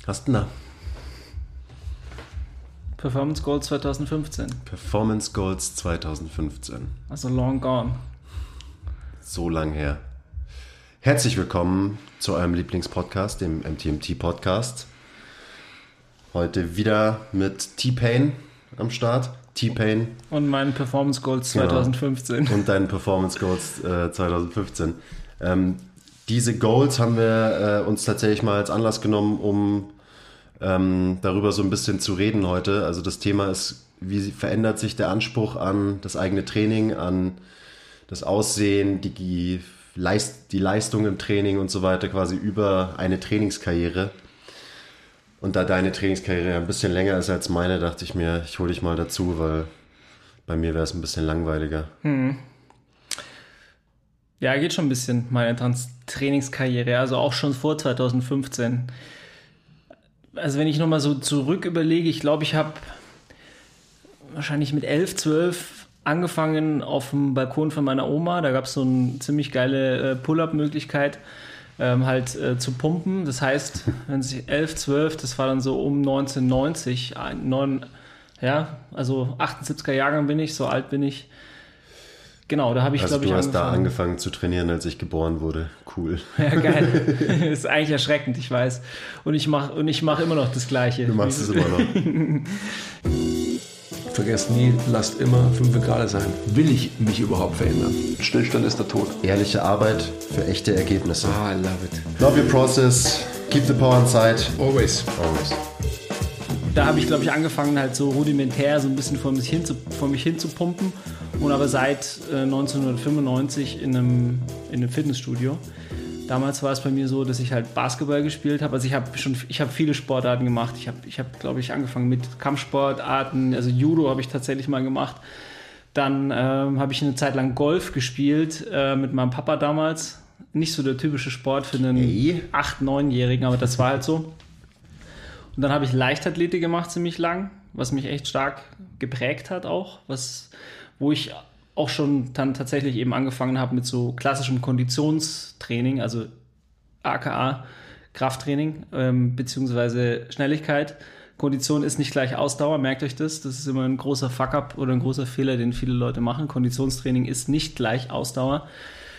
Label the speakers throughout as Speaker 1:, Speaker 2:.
Speaker 1: Hast du da?
Speaker 2: Performance Goals 2015.
Speaker 1: Performance Goals 2015.
Speaker 2: Also long gone.
Speaker 1: So lang her. Herzlich willkommen zu eurem Lieblingspodcast, dem MTMT-Podcast. Heute wieder mit T-Pain am Start. T-Pain.
Speaker 2: Und meinen Performance Goals 2015.
Speaker 1: Genau. Und deinen Performance Goals 2015. Diese Goals haben wir uns tatsächlich mal als Anlass genommen, um darüber so ein bisschen zu reden heute. Also das Thema ist, wie verändert sich der Anspruch an das eigene Training, an das Aussehen, die Leistung im Training und so weiter, quasi über eine Trainingskarriere. Und da deine Trainingskarriere ein bisschen länger ist als meine, dachte ich mir, ich hole dich mal dazu, weil bei mir wäre es ein bisschen langweiliger.
Speaker 2: Ja, geht schon ein bisschen, meine Trainingskarriere, also auch schon vor 2015. Also wenn ich nochmal so zurück überlege, ich glaube, ich habe wahrscheinlich mit 11, 12 angefangen auf dem Balkon von meiner Oma. Da gab es so eine ziemlich geile Pull-Up-Möglichkeit, zu pumpen. Das heißt, wenn sich 11, 12, das war dann so um 1990, also 78er Jahrgang bin ich, so alt bin ich. Genau, da habe ich,
Speaker 1: also
Speaker 2: glaube ich,
Speaker 1: angefangen. Du hast da angefangen zu trainieren, als ich geboren wurde. Cool.
Speaker 2: Ja, geil. Das ist eigentlich erschreckend, ich weiß. Und ich mach immer noch das Gleiche.
Speaker 1: Du machst es immer noch.
Speaker 3: Vergesst nie, lasst immer 5 Grad sein. Will ich mich überhaupt verändern? Stillstand ist der Tod.
Speaker 1: Ehrliche Arbeit für echte Ergebnisse.
Speaker 3: I love it.
Speaker 1: Love your process. Keep the power inside.
Speaker 3: Always.
Speaker 2: Da habe ich, glaube ich, angefangen, halt so rudimentär so ein bisschen vor mich hin zu pumpen. Und aber seit 1995 in einem Fitnessstudio. Damals war es bei mir so, dass ich halt Basketball gespielt habe. Also ich habe viele Sportarten gemacht. Ich habe, glaube ich, angefangen mit Kampfsportarten. Also Judo habe ich tatsächlich mal gemacht. Dann habe ich eine Zeit lang Golf gespielt mit meinem Papa damals. Nicht so der typische Sport für einen 8-, 9-Jährigen, aber das war halt so. Und dann habe ich Leichtathletik gemacht ziemlich lang, was mich echt stark geprägt hat auch, wo ich auch schon dann tatsächlich eben angefangen habe mit so klassischem Konditionstraining, also aka Krafttraining, beziehungsweise Schnelligkeit. Kondition ist nicht gleich Ausdauer, merkt euch das. Das ist immer ein großer Fuck-up oder ein großer Fehler, den viele Leute machen. Konditionstraining ist nicht gleich Ausdauer.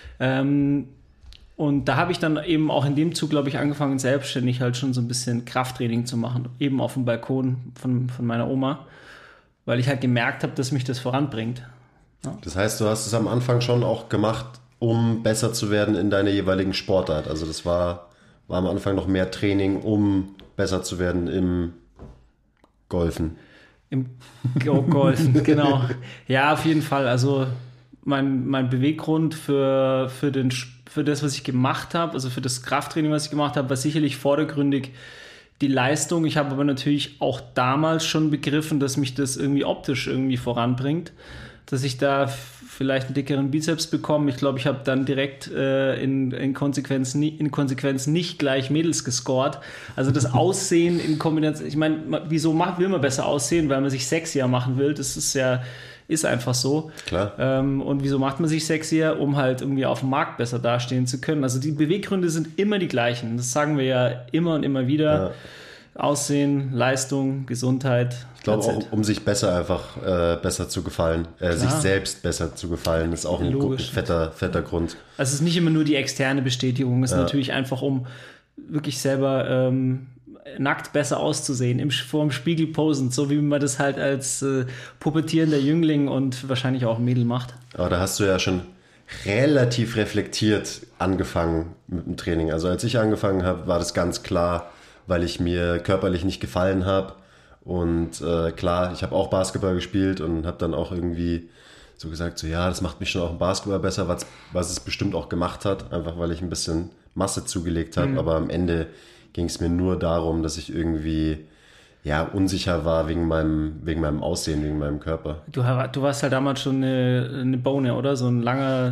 Speaker 2: Und da habe ich dann eben auch in dem Zug, glaube ich, angefangen, selbstständig halt schon so ein bisschen Krafttraining zu machen, eben auf dem Balkon von meiner Oma, weil ich halt gemerkt habe, dass mich das voranbringt. Ja.
Speaker 1: Das heißt, du hast es am Anfang schon auch gemacht, um besser zu werden in deiner jeweiligen Sportart. Also das war am Anfang noch mehr Training, um besser zu werden im Golfen.
Speaker 2: Im Golfen, genau. Ja, auf jeden Fall. Also mein Beweggrund für das, was ich gemacht habe, also für das Krafttraining, was ich gemacht habe, war sicherlich vordergründig die Leistung. Ich habe aber natürlich auch damals schon begriffen, dass mich das irgendwie optisch irgendwie voranbringt, dass ich da vielleicht einen dickeren Bizeps bekomme. Ich glaube, ich habe dann direkt in Konsequenz nicht gleich Mädels gescored. Also das Aussehen in Kombination, ich meine, wieso will man besser aussehen? Weil man sich sexier machen will. Das ist einfach so.
Speaker 1: Klar.
Speaker 2: Und wieso macht man sich sexier? Um halt irgendwie auf dem Markt besser dastehen zu können. Also die Beweggründe sind immer die gleichen. Das sagen wir ja immer und immer wieder. Ja. Aussehen, Leistung, Gesundheit.
Speaker 1: Ich glaube auch, um sich besser zu gefallen, sich selbst besser zu gefallen, ist auch ein fetter Grund.
Speaker 2: Also es ist nicht immer nur die externe Bestätigung, es ist natürlich einfach, um wirklich selber nackt besser auszusehen, vor dem Spiegel posend, so wie man das halt als pubertierender Jüngling und wahrscheinlich auch Mädel macht.
Speaker 1: Aber da hast du ja schon relativ reflektiert angefangen mit dem Training. Also als ich angefangen habe, war das ganz klar, weil ich mir körperlich nicht gefallen habe. Und klar, ich habe auch Basketball gespielt und habe dann auch irgendwie so gesagt, so ja, das macht mich schon auch im Basketball besser, was es bestimmt auch gemacht hat, einfach weil ich ein bisschen Masse zugelegt habe. Aber am Ende ging es mir nur darum, dass ich irgendwie unsicher war wegen meinem Aussehen, wegen meinem Körper.
Speaker 2: Du warst halt damals schon eine Bohne, oder? So ein langer...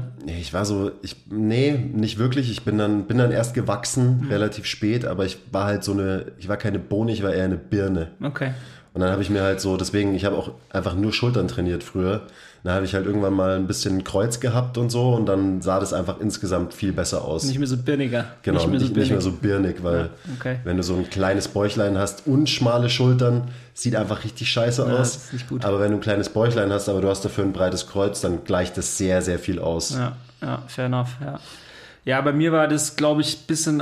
Speaker 1: Nee, nicht wirklich. Ich bin dann erst gewachsen, relativ spät, aber ich war halt ich war keine Bohne, ich war eher eine Birne.
Speaker 2: Okay.
Speaker 1: Und dann habe ich mir halt so, deswegen, ich habe auch einfach nur Schultern trainiert früher. Dann habe ich halt irgendwann mal ein bisschen Kreuz gehabt und so und dann sah das einfach insgesamt viel besser aus.
Speaker 2: Nicht mehr so birniger.
Speaker 1: Genau, nicht mehr so birnig, weil wenn du so ein kleines Bäuchlein hast und schmale Schultern, sieht einfach richtig scheiße aus.
Speaker 2: Das ist nicht gut.
Speaker 1: Aber wenn du ein kleines Bäuchlein hast, aber du hast dafür ein breites Kreuz, dann gleicht das sehr, sehr viel aus.
Speaker 2: Ja, fair enough, ja. Ja, bei mir war das, glaube ich, ein bisschen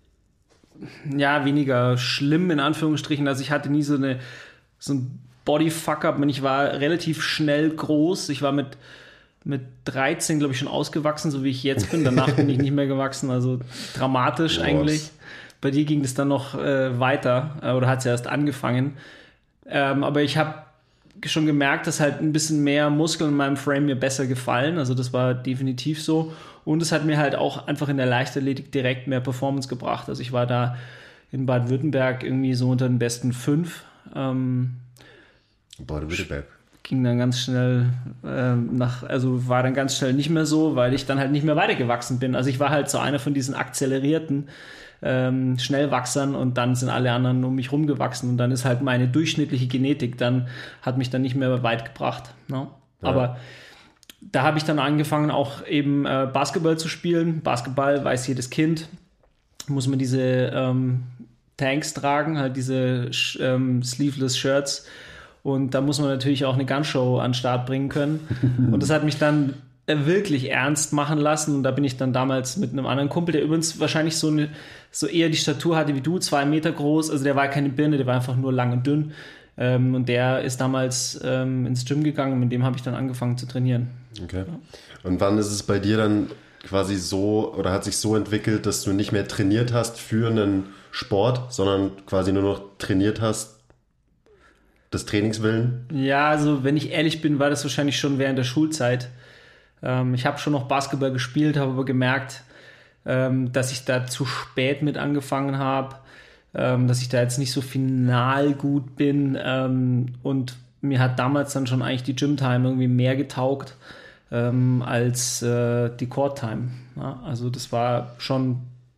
Speaker 2: weniger schlimm, in Anführungsstrichen. Also ich hatte nie so ein Bodyfuck-up. Ich war relativ schnell groß. Ich war mit 13, glaube ich, schon ausgewachsen, so wie ich jetzt bin. Danach bin ich nicht mehr gewachsen. Also dramatisch eigentlich. Bei dir ging das dann noch weiter oder hat es erst angefangen. Aber ich habe schon gemerkt, dass halt ein bisschen mehr Muskeln in meinem Frame mir besser gefallen. Also das war definitiv so. Und es hat mir halt auch einfach in der Leichtathletik direkt mehr Performance gebracht. Also ich war da in Baden-Württemberg irgendwie so unter den besten 5.
Speaker 1: Baden-Württemberg.
Speaker 2: Ging dann ganz schnell war dann ganz schnell nicht mehr so, weil ich dann halt nicht mehr weitergewachsen bin. Also ich war halt so einer von diesen akzelerierten Schnellwachsern und dann sind alle anderen um mich rumgewachsen und dann ist halt meine durchschnittliche Genetik hat mich dann nicht mehr weit gebracht. Ne? Ja. Aber da habe ich dann angefangen auch eben Basketball zu spielen. Basketball weiß jedes Kind. Muss man diese Tanks tragen, halt diese Sleeveless Shirts. Und da muss man natürlich auch eine Gunshow an den Start bringen können. Und das hat mich dann wirklich ernst machen lassen. Und da bin ich dann damals mit einem anderen Kumpel, der übrigens wahrscheinlich so eher die Statur hatte wie du, 2 Meter groß. Also der war keine Birne, der war einfach nur lang und dünn. Und der ist damals ins Gym gegangen und mit dem habe ich dann angefangen zu trainieren.
Speaker 1: Okay. Und wann ist es bei dir dann quasi so oder hat sich so entwickelt, dass du nicht mehr trainiert hast für einen Sport, sondern quasi nur noch trainiert hast des Trainingswillen?
Speaker 2: Ja, also wenn ich ehrlich bin, war das wahrscheinlich schon während der Schulzeit. Ich habe schon noch Basketball gespielt, habe aber gemerkt, dass ich da zu spät mit angefangen habe, dass ich da jetzt nicht so final gut bin und mir hat damals dann schon eigentlich die Gym-Time irgendwie mehr getaugt als die Court-Time. Ja, also das war schon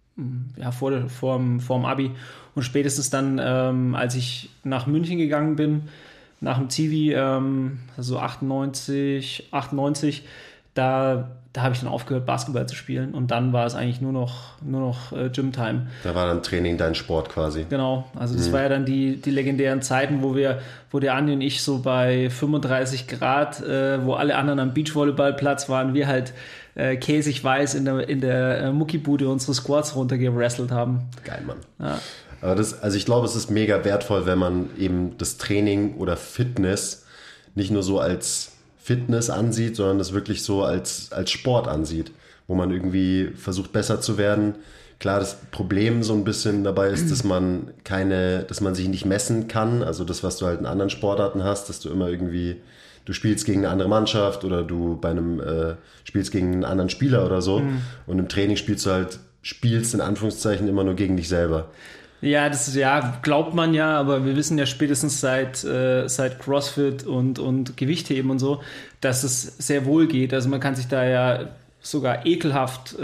Speaker 2: vorm Abi und spätestens dann, als ich nach München gegangen bin, nach dem Zivi, also 98, da habe ich dann aufgehört, Basketball zu spielen und dann war es eigentlich nur noch Gym-Time.
Speaker 1: Da war dann Training dein Sport quasi.
Speaker 2: Genau, also das war ja dann die legendären Zeiten, wo der Andi und ich so bei 35 Grad, wo alle anderen am Beachvolleyballplatz waren, wir halt käsig weiß in der Muckibude unsere Squats runtergerasselt haben.
Speaker 1: Geil, Mann.
Speaker 2: Ja.
Speaker 1: Aber also ich glaube, es ist mega wertvoll, wenn man eben das Training oder Fitness nicht nur so als Fitness ansieht, sondern das wirklich so als Sport ansieht, wo man irgendwie versucht, besser zu werden. Klar, das Problem so ein bisschen dabei ist, dass man sich nicht messen kann. Also das, was du halt in anderen Sportarten hast, dass du immer irgendwie, du spielst gegen eine andere Mannschaft oder du bei einem spielst gegen einen anderen Spieler oder so. Und im Training spielst in Anführungszeichen immer nur gegen dich selber.
Speaker 2: Ja, glaubt man ja, aber wir wissen ja spätestens seit CrossFit und Gewichtheben und so, dass es sehr wohl geht. Also man kann sich da ja sogar ekelhaft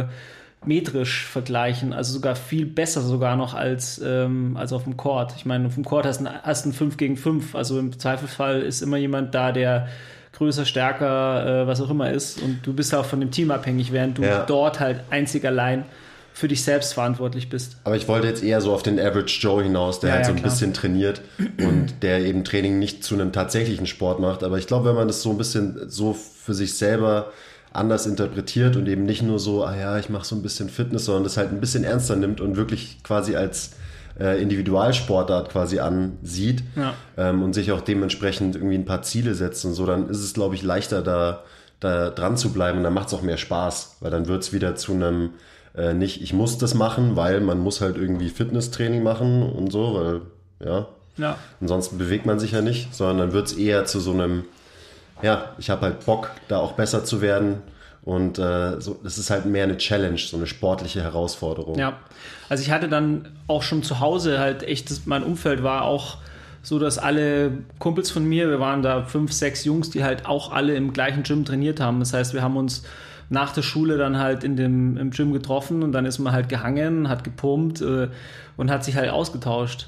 Speaker 2: metrisch vergleichen, also sogar viel besser sogar noch als auf dem Court. Ich meine, auf dem Court hast du ein 5 gegen 5, also im Zweifelsfall ist immer jemand da, der größer, stärker, was auch immer ist und du bist auch von dem Team abhängig, während du dort halt einzig allein für dich selbst verantwortlich bist.
Speaker 1: Aber ich wollte jetzt eher so auf den Average Joe hinaus, der halt so ein bisschen trainiert und der eben Training nicht zu einem tatsächlichen Sport macht. Aber ich glaube, wenn man das so ein bisschen so für sich selber anders interpretiert und eben nicht nur so, ich mache so ein bisschen Fitness, sondern das halt ein bisschen ernster nimmt und wirklich quasi als Individualsportart quasi ansieht und sich auch dementsprechend irgendwie ein paar Ziele setzt und so, dann ist es, glaube ich, leichter da dran zu bleiben und dann macht es auch mehr Spaß, weil dann wird es wieder zu einem nicht, ich muss das machen, weil man muss halt irgendwie Fitnesstraining machen und so, weil, ansonsten bewegt man sich ja nicht, sondern dann wird es eher zu so einem, ich habe halt Bock, da auch besser zu werden und das ist halt mehr eine Challenge, so eine sportliche Herausforderung.
Speaker 2: Ja, also ich hatte dann auch schon zu Hause halt echt, mein Umfeld war auch so, dass alle Kumpels von mir, wir waren da 5, 6 Jungs, die halt auch alle im gleichen Gym trainiert haben. Das heißt, wir haben uns nach der Schule dann halt im Gym getroffen und dann ist man halt gehangen, hat gepumpt und hat sich halt ausgetauscht.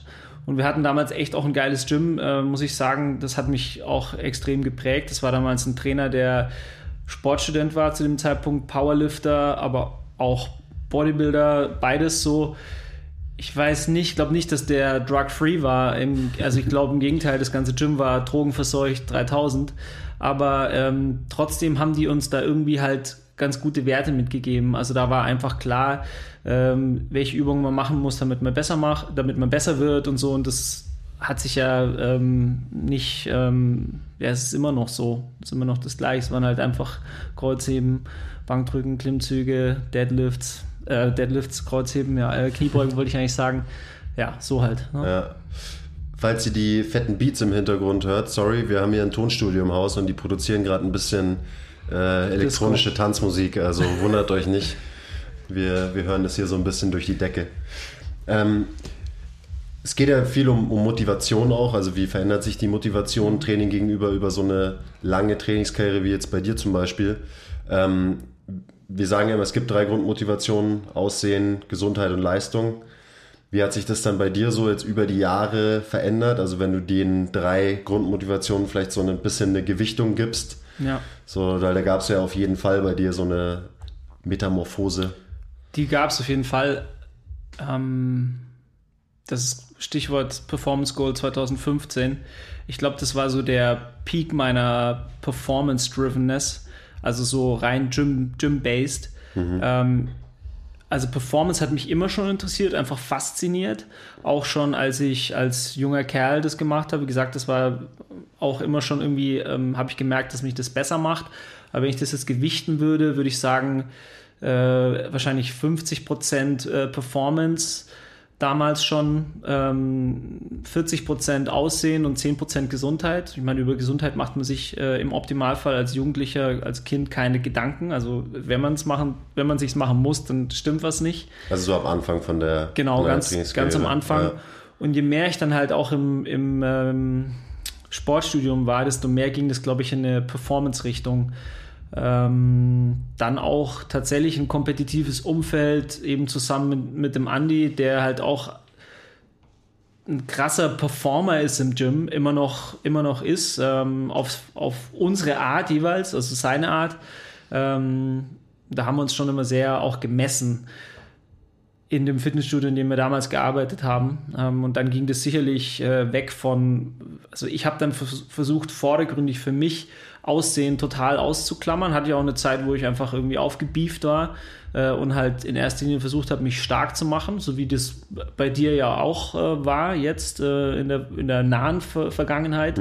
Speaker 2: Und wir hatten damals echt auch ein geiles Gym, muss ich sagen. Das hat mich auch extrem geprägt. Das war damals ein Trainer, der Sportstudent war zu dem Zeitpunkt, Powerlifter, aber auch Bodybuilder, beides so. Ich weiß nicht, glaube nicht, dass der drug-free war. Also ich glaube im Gegenteil, das ganze Gym war drogenverseucht 3000. Aber trotzdem haben die uns da irgendwie halt ganz gute Werte mitgegeben. Also da war einfach klar, welche Übungen man machen muss, damit man besser wird und so. Und das hat sich ja nicht, es ist immer noch so. Es ist immer noch das Gleiche. Es waren halt einfach Kreuzheben, Bankdrücken, Klimmzüge, Deadlifts, Kreuzheben, Kniebeugen wollte ich eigentlich sagen. Ja, so halt. Ne?
Speaker 1: Ja. Falls ihr die fetten Beats im Hintergrund hört, sorry, wir haben hier ein Tonstudio im Haus und die produzieren gerade ein bisschen elektronische Tanzmusik, also wundert euch nicht. Wir hören das hier so ein bisschen durch die Decke. Es geht ja viel um Motivation auch, also wie verändert sich die Motivation Training gegenüber über so eine lange Trainingskarriere wie jetzt bei dir zum Beispiel. Wir sagen ja immer, es gibt 3 Grundmotivationen, Aussehen, Gesundheit und Leistung. Wie hat sich das dann bei dir so jetzt über die Jahre verändert? Also wenn du den 3 Grundmotivationen vielleicht so ein bisschen eine Gewichtung gibst.
Speaker 2: Ja.
Speaker 1: So, da gab es ja auf jeden Fall bei dir so eine Metamorphose.
Speaker 2: Die gab es auf jeden Fall. Das ist Stichwort Performance Goal 2015. Ich glaube, das war so der Peak meiner Performance-Drivenness. Also so rein Gym-based. Also Performance hat mich immer schon interessiert, einfach fasziniert. Auch schon als ich als junger Kerl das gemacht habe. Wie gesagt, das war auch immer schon irgendwie, habe ich gemerkt, dass mich das besser macht. Aber wenn ich das jetzt gewichten würde ich sagen, wahrscheinlich 50% Performance damals schon, 40% Aussehen und 10% Gesundheit. Ich meine, über Gesundheit macht man sich im Optimalfall als Jugendlicher, als Kind keine Gedanken. Also wenn man es machen muss, dann stimmt was nicht.
Speaker 1: Also so am Anfang von der
Speaker 2: Genau, ganz am Anfang. Ja. Und je mehr ich dann halt auch im Sportstudium war, desto mehr ging das, glaube ich, in eine Performance-Richtung. Dann auch tatsächlich ein kompetitives Umfeld, eben zusammen mit dem Andi, der halt auch ein krasser Performer ist im Gym, immer noch ist, auf unsere Art jeweils, also seine Art. Da haben wir uns schon immer sehr auch gemessen in dem Fitnessstudio, in dem wir damals gearbeitet haben. Und dann ging das sicherlich weg von, also ich habe dann versucht, vordergründig für mich Aussehen total auszuklammern. Hatte ja auch eine Zeit, wo ich einfach irgendwie aufgebieft war und halt in erster Linie versucht habe, mich stark zu machen, so wie das bei dir ja auch war jetzt in der nahen Vergangenheit.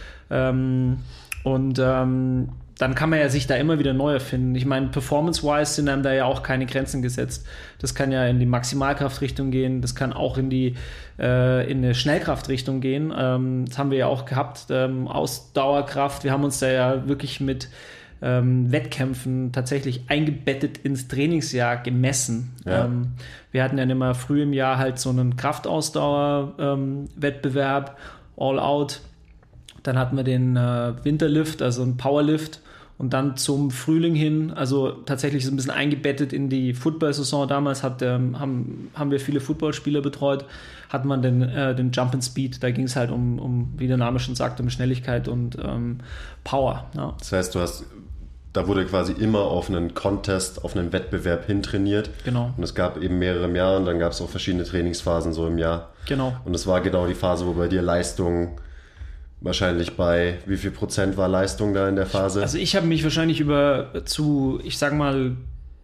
Speaker 2: Dann kann man ja sich da immer wieder neu erfinden. Ich meine, performance-wise sind einem da ja auch keine Grenzen gesetzt. Das kann ja in die Maximalkraftrichtung gehen, das kann auch in eine Schnellkraftrichtung gehen. Das haben wir ja auch gehabt, Ausdauerkraft. Wir haben uns da ja wirklich mit Wettkämpfen tatsächlich eingebettet ins Trainingsjahr gemessen. Ja. Wir hatten ja immer früh im Jahr halt so einen Kraftausdauer-Wettbewerb, All Out. Dann hatten wir den Winterlift, also einen Powerlift. Und dann zum Frühling hin, also tatsächlich so ein bisschen eingebettet in die Football-Saison damals, haben wir viele Footballspieler betreut, hat man den Jump and Speed, da ging es halt um, wie der Name schon sagt, um Schnelligkeit und Power. Ja.
Speaker 1: Das heißt, da wurde quasi immer auf einen Contest, auf einen Wettbewerb hintrainiert.
Speaker 2: Genau.
Speaker 1: Und es gab eben mehrere im Jahr und dann gab es auch verschiedene Trainingsphasen so im Jahr.
Speaker 2: Genau.
Speaker 1: Und es war genau die Phase, wo bei dir Leistung wahrscheinlich bei, wie viel Prozent war Leistung da in der Phase?
Speaker 2: Also ich habe mich wahrscheinlich ich sag mal,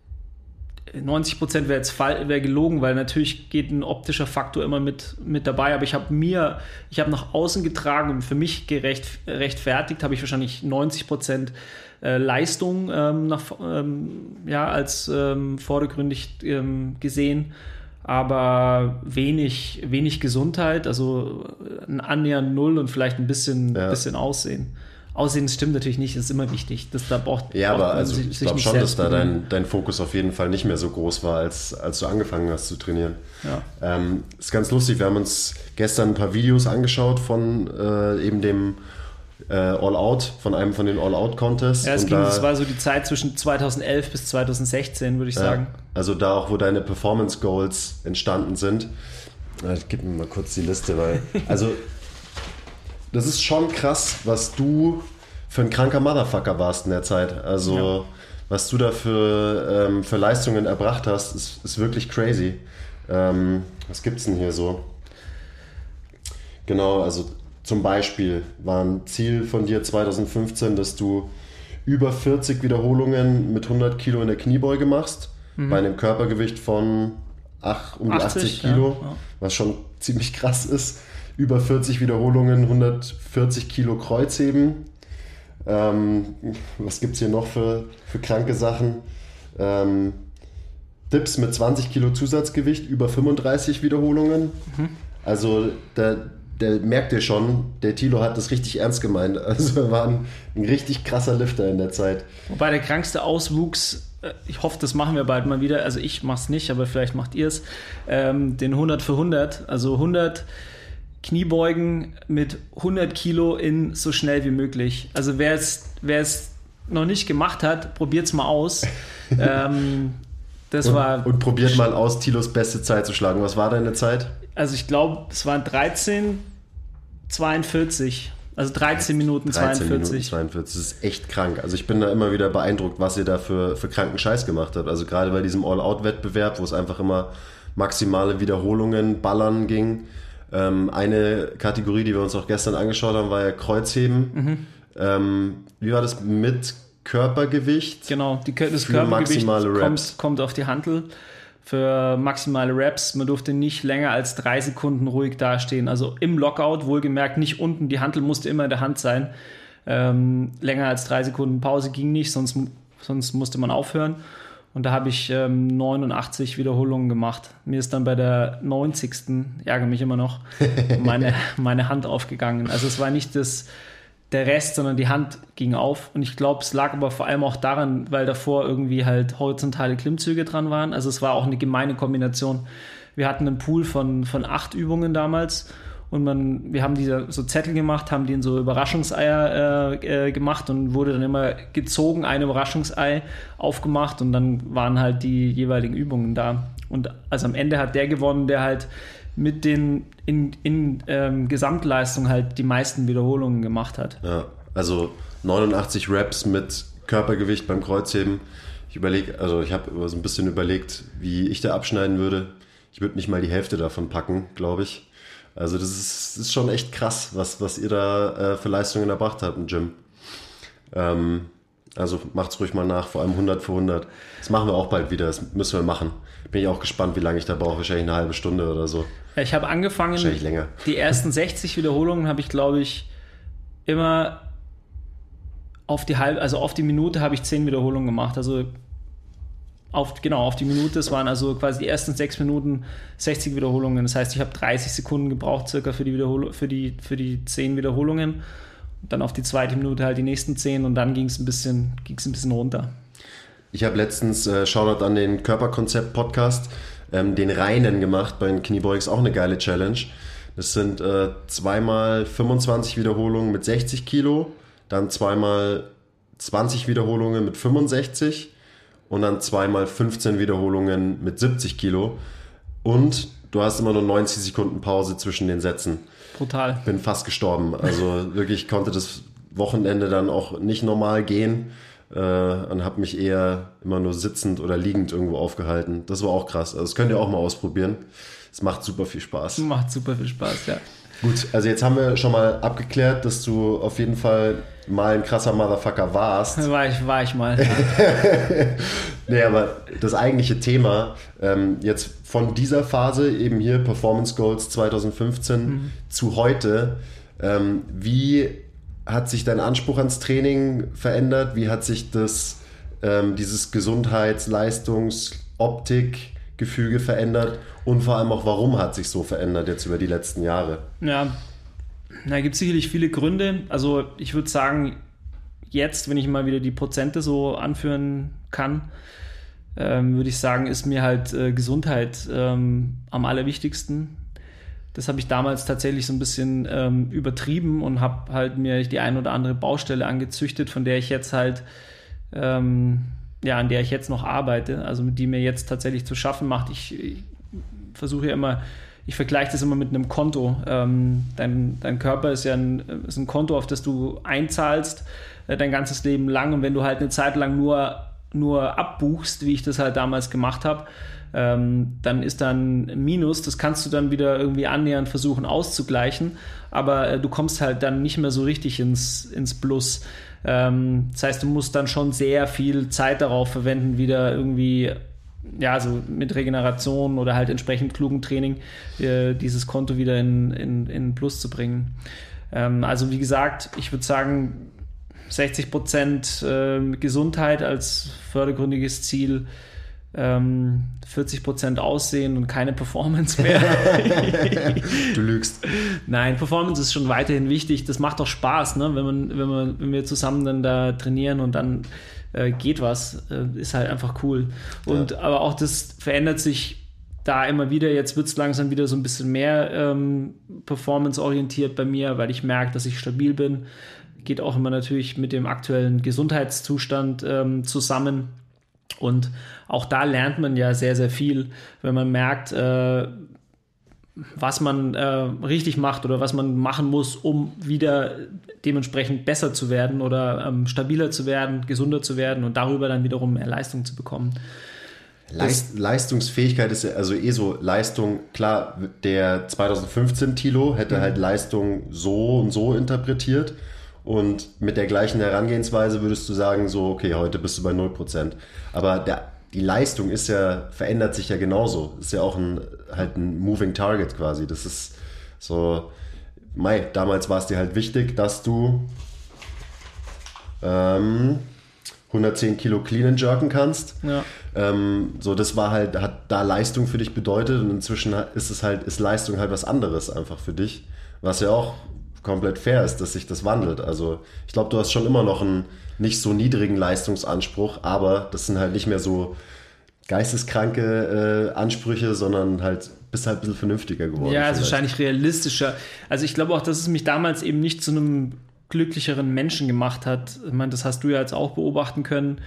Speaker 2: 90% wäre gelogen, weil natürlich geht ein optischer Faktor immer mit dabei, aber ich habe nach außen getragen und für mich rechtfertigt, habe ich wahrscheinlich 90% Leistung als vordergründig gesehen, aber wenig Gesundheit, also ein annähernd 0 und vielleicht ein bisschen Aussehen. Aussehen stimmt natürlich nicht, das ist immer wichtig.
Speaker 1: Aber also ich glaube schon, dass da dein Fokus auf jeden Fall nicht mehr so groß war, als du angefangen hast zu trainieren.
Speaker 2: Ja.
Speaker 1: Ist ganz lustig, wir haben uns gestern ein paar Videos angeschaut von eben dem All-Out, von einem von den All-Out-Contests.
Speaker 2: Ja, das war so die Zeit zwischen 2011 bis 2016, würde ich sagen.
Speaker 1: Also da auch, wo deine Performance-Goals entstanden sind. Ich gebe mir mal kurz die Liste, weil, also, das ist schon krass, was du für ein kranker Motherfucker warst in der Zeit. Also, ja. Was du da für Leistungen erbracht hast, ist wirklich crazy. Was gibt's denn hier so? Genau, also zum Beispiel war ein Ziel von dir 2015, dass du über 40 Wiederholungen mit 100 Kilo in der Kniebeuge machst, bei einem Körpergewicht von um die 80 Kilo, ja. Was schon ziemlich krass ist. Über 40 Wiederholungen, 140 Kilo Kreuzheben. Was gibt es hier noch für kranke Sachen? Dips mit 20 Kilo Zusatzgewicht, über 35 Wiederholungen. Also der merkt ihr schon, der Thilo hat das richtig ernst gemeint. Also er war ein richtig krasser Lifter in der Zeit.
Speaker 2: Wobei der krankste Auswuchs, ich hoffe, das machen wir bald mal wieder, also ich mache es nicht, aber vielleicht macht ihr es, den 100 für 100, also 100 Kniebeugen mit 100 Kilo in so schnell wie möglich. Also wer es noch nicht gemacht hat, probiert es mal aus.
Speaker 1: Und probiert mal aus, Thilos beste Zeit zu schlagen. Was war deine Zeit?
Speaker 2: Also ich glaube, es waren 13:42. Also 13 Minuten 42.
Speaker 1: Das ist echt krank. Also ich bin da immer wieder beeindruckt, was ihr da für kranken Scheiß gemacht habt. Also gerade bei diesem All-Out-Wettbewerb, wo es einfach immer maximale Wiederholungen, Ballern ging. Eine Kategorie, die wir uns auch gestern angeschaut haben, war ja Kreuzheben. Wie war das mit Körpergewicht?
Speaker 2: Genau, das Körpergewicht kommt auf die Hantel für maximale Reps. Man durfte nicht länger als 3 Sekunden ruhig dastehen. Also im Lockout, wohlgemerkt nicht unten. Die Hantel musste immer in der Hand sein. Länger als 3 Sekunden Pause ging nicht, sonst musste man aufhören. Und da habe ich 89 Wiederholungen gemacht. Mir ist dann bei der 90. ärgere mich immer noch, meine Hand aufgegangen. Also es war nicht der Rest, sondern die Hand ging auf. Und ich glaube, es lag aber vor allem auch daran, weil davor irgendwie halt horizontale Klimmzüge dran waren. Also es war auch eine gemeine Kombination. Wir hatten einen Pool von 8 Übungen damals. Und wir haben so Zettel gemacht, haben die in so Überraschungseier gemacht und wurde dann immer gezogen, ein Überraschungsei aufgemacht und dann waren halt die jeweiligen Übungen da. Und also am Ende hat der gewonnen, der halt mit den in Gesamtleistung halt die meisten Wiederholungen gemacht hat.
Speaker 1: Ja, also 89 Reps mit Körpergewicht beim Kreuzheben. Ich habe so ein bisschen überlegt, wie ich da abschneiden würde. Ich würde nicht mal die Hälfte davon packen, glaube ich. Also das ist schon echt krass, was ihr da für Leistungen erbracht habt im Gym. Also macht's ruhig mal nach, vor allem 100 für 100. Das machen wir auch bald wieder, das müssen wir machen. Bin ich auch gespannt, wie lange ich da brauche, wahrscheinlich eine halbe Stunde oder so.
Speaker 2: Ja, ich habe angefangen,
Speaker 1: wahrscheinlich länger.
Speaker 2: Die ersten 60 Wiederholungen habe ich, glaube ich, immer auf die Minute habe ich 10 Wiederholungen gemacht. Also auf die Minute, es waren also quasi die ersten 6 Minuten 60 Wiederholungen. Das heißt, ich habe 30 Sekunden gebraucht circa für die 10 Wiederholungen. Und dann auf die zweite Minute halt die nächsten 10 und dann ging es ein bisschen runter.
Speaker 1: Ich habe letztens, Shoutout an den Körperkonzept-Podcast, den reinen gemacht bei den Kniebeugs, auch eine geile Challenge. Das sind 2x 25 Wiederholungen mit 60 Kilo, dann 2x 20 Wiederholungen mit 65 und dann 2x 15 Wiederholungen mit 70 Kilo. Und du hast immer nur 90 Sekunden Pause zwischen den Sätzen.
Speaker 2: Brutal.
Speaker 1: Bin fast gestorben. Also wirklich konnte das Wochenende dann auch nicht normal gehen und habe mich eher immer nur sitzend oder liegend irgendwo aufgehalten. Das war auch krass. Also das könnt ihr auch mal ausprobieren. Es macht super viel Spaß.
Speaker 2: Macht super viel Spaß, ja.
Speaker 1: Gut, also jetzt haben wir schon mal abgeklärt, dass du auf jeden Fall mal ein krasser Motherfucker warst.
Speaker 2: War ich mal.
Speaker 1: Nee, aber das eigentliche Thema, jetzt von dieser Phase, eben hier Performance Goals 2015 zu heute, wie hat sich dein Anspruch ans Training verändert? Wie hat sich dieses Gesundheits-, Leistungs-, Optik-Gefüge verändert? Und vor allem auch, warum hat sich so verändert jetzt über die letzten Jahre?
Speaker 2: Ja, da gibt es sicherlich viele Gründe. Also ich würde sagen, jetzt, wenn ich mal wieder die Prozente so anführen kann, würde ich sagen, ist mir halt Gesundheit am allerwichtigsten. Das habe ich damals tatsächlich so ein bisschen übertrieben und habe halt mir die ein oder andere Baustelle angezüchtet, von der ich jetzt halt, an der ich jetzt noch arbeite, also mit die mir jetzt tatsächlich zu schaffen macht. Ich versuche ja immer, ich vergleiche das immer mit einem Konto. Dein Körper ist ja ein Konto, auf das du einzahlst dein ganzes Leben lang, und wenn du halt eine Zeit lang nur abbuchst, wie ich das halt damals gemacht habe, dann ist dann ein Minus, das kannst du dann wieder irgendwie annähernd versuchen auszugleichen, aber du kommst halt dann nicht mehr so richtig ins Plus. Das heißt, du musst dann schon sehr viel Zeit darauf verwenden, wieder irgendwie, ja, so mit Regeneration oder halt entsprechend klugem Training dieses Konto wieder in Plus zu bringen. Also wie gesagt, ich würde sagen, 60% Gesundheit als vordergründiges Ziel, 40% Aussehen und keine Performance mehr.
Speaker 1: Du lügst.
Speaker 2: Nein, Performance ist schon weiterhin wichtig. Das macht doch Spaß, ne? Wenn wir zusammen dann da trainieren und dann geht was, ist halt einfach cool. Und aber auch das verändert sich da immer wieder. Jetzt wird es langsam wieder so ein bisschen mehr performance-orientiert bei mir, weil ich merke, dass ich stabil bin. Geht auch immer natürlich mit dem aktuellen Gesundheitszustand zusammen. Und auch da lernt man ja sehr, sehr viel, wenn man merkt, was man richtig macht oder was man machen muss, um wieder dementsprechend besser zu werden oder stabiler zu werden, gesunder zu werden und darüber dann wiederum mehr Leistung zu bekommen.
Speaker 1: Leistungsfähigkeit ist ja also so Leistung, klar, der 2015 Thilo hätte halt Leistung so und so interpretiert. Und mit der gleichen Herangehensweise würdest du sagen, so, okay, heute bist du bei 0%. Aber die Leistung verändert sich ja genauso. Ist ja auch ein Moving Target quasi. Das ist so, damals war es dir halt wichtig, dass du 110 Kilo Clean and Jerken kannst. Ja. So, das war halt, hat da Leistung für dich bedeutet, und inzwischen ist Leistung halt was anderes einfach für dich, was ja auch komplett fair ist, dass sich das wandelt. Also ich glaube, du hast schon immer noch einen nicht so niedrigen Leistungsanspruch, aber das sind halt nicht mehr so geisteskranke Ansprüche, sondern halt bist halt ein bisschen vernünftiger geworden.
Speaker 2: Ja, ist wahrscheinlich realistischer. Also ich glaube auch, dass es mich damals eben nicht zu einem glücklicheren Menschen gemacht hat. Ich meine, das hast du ja jetzt auch beobachten können.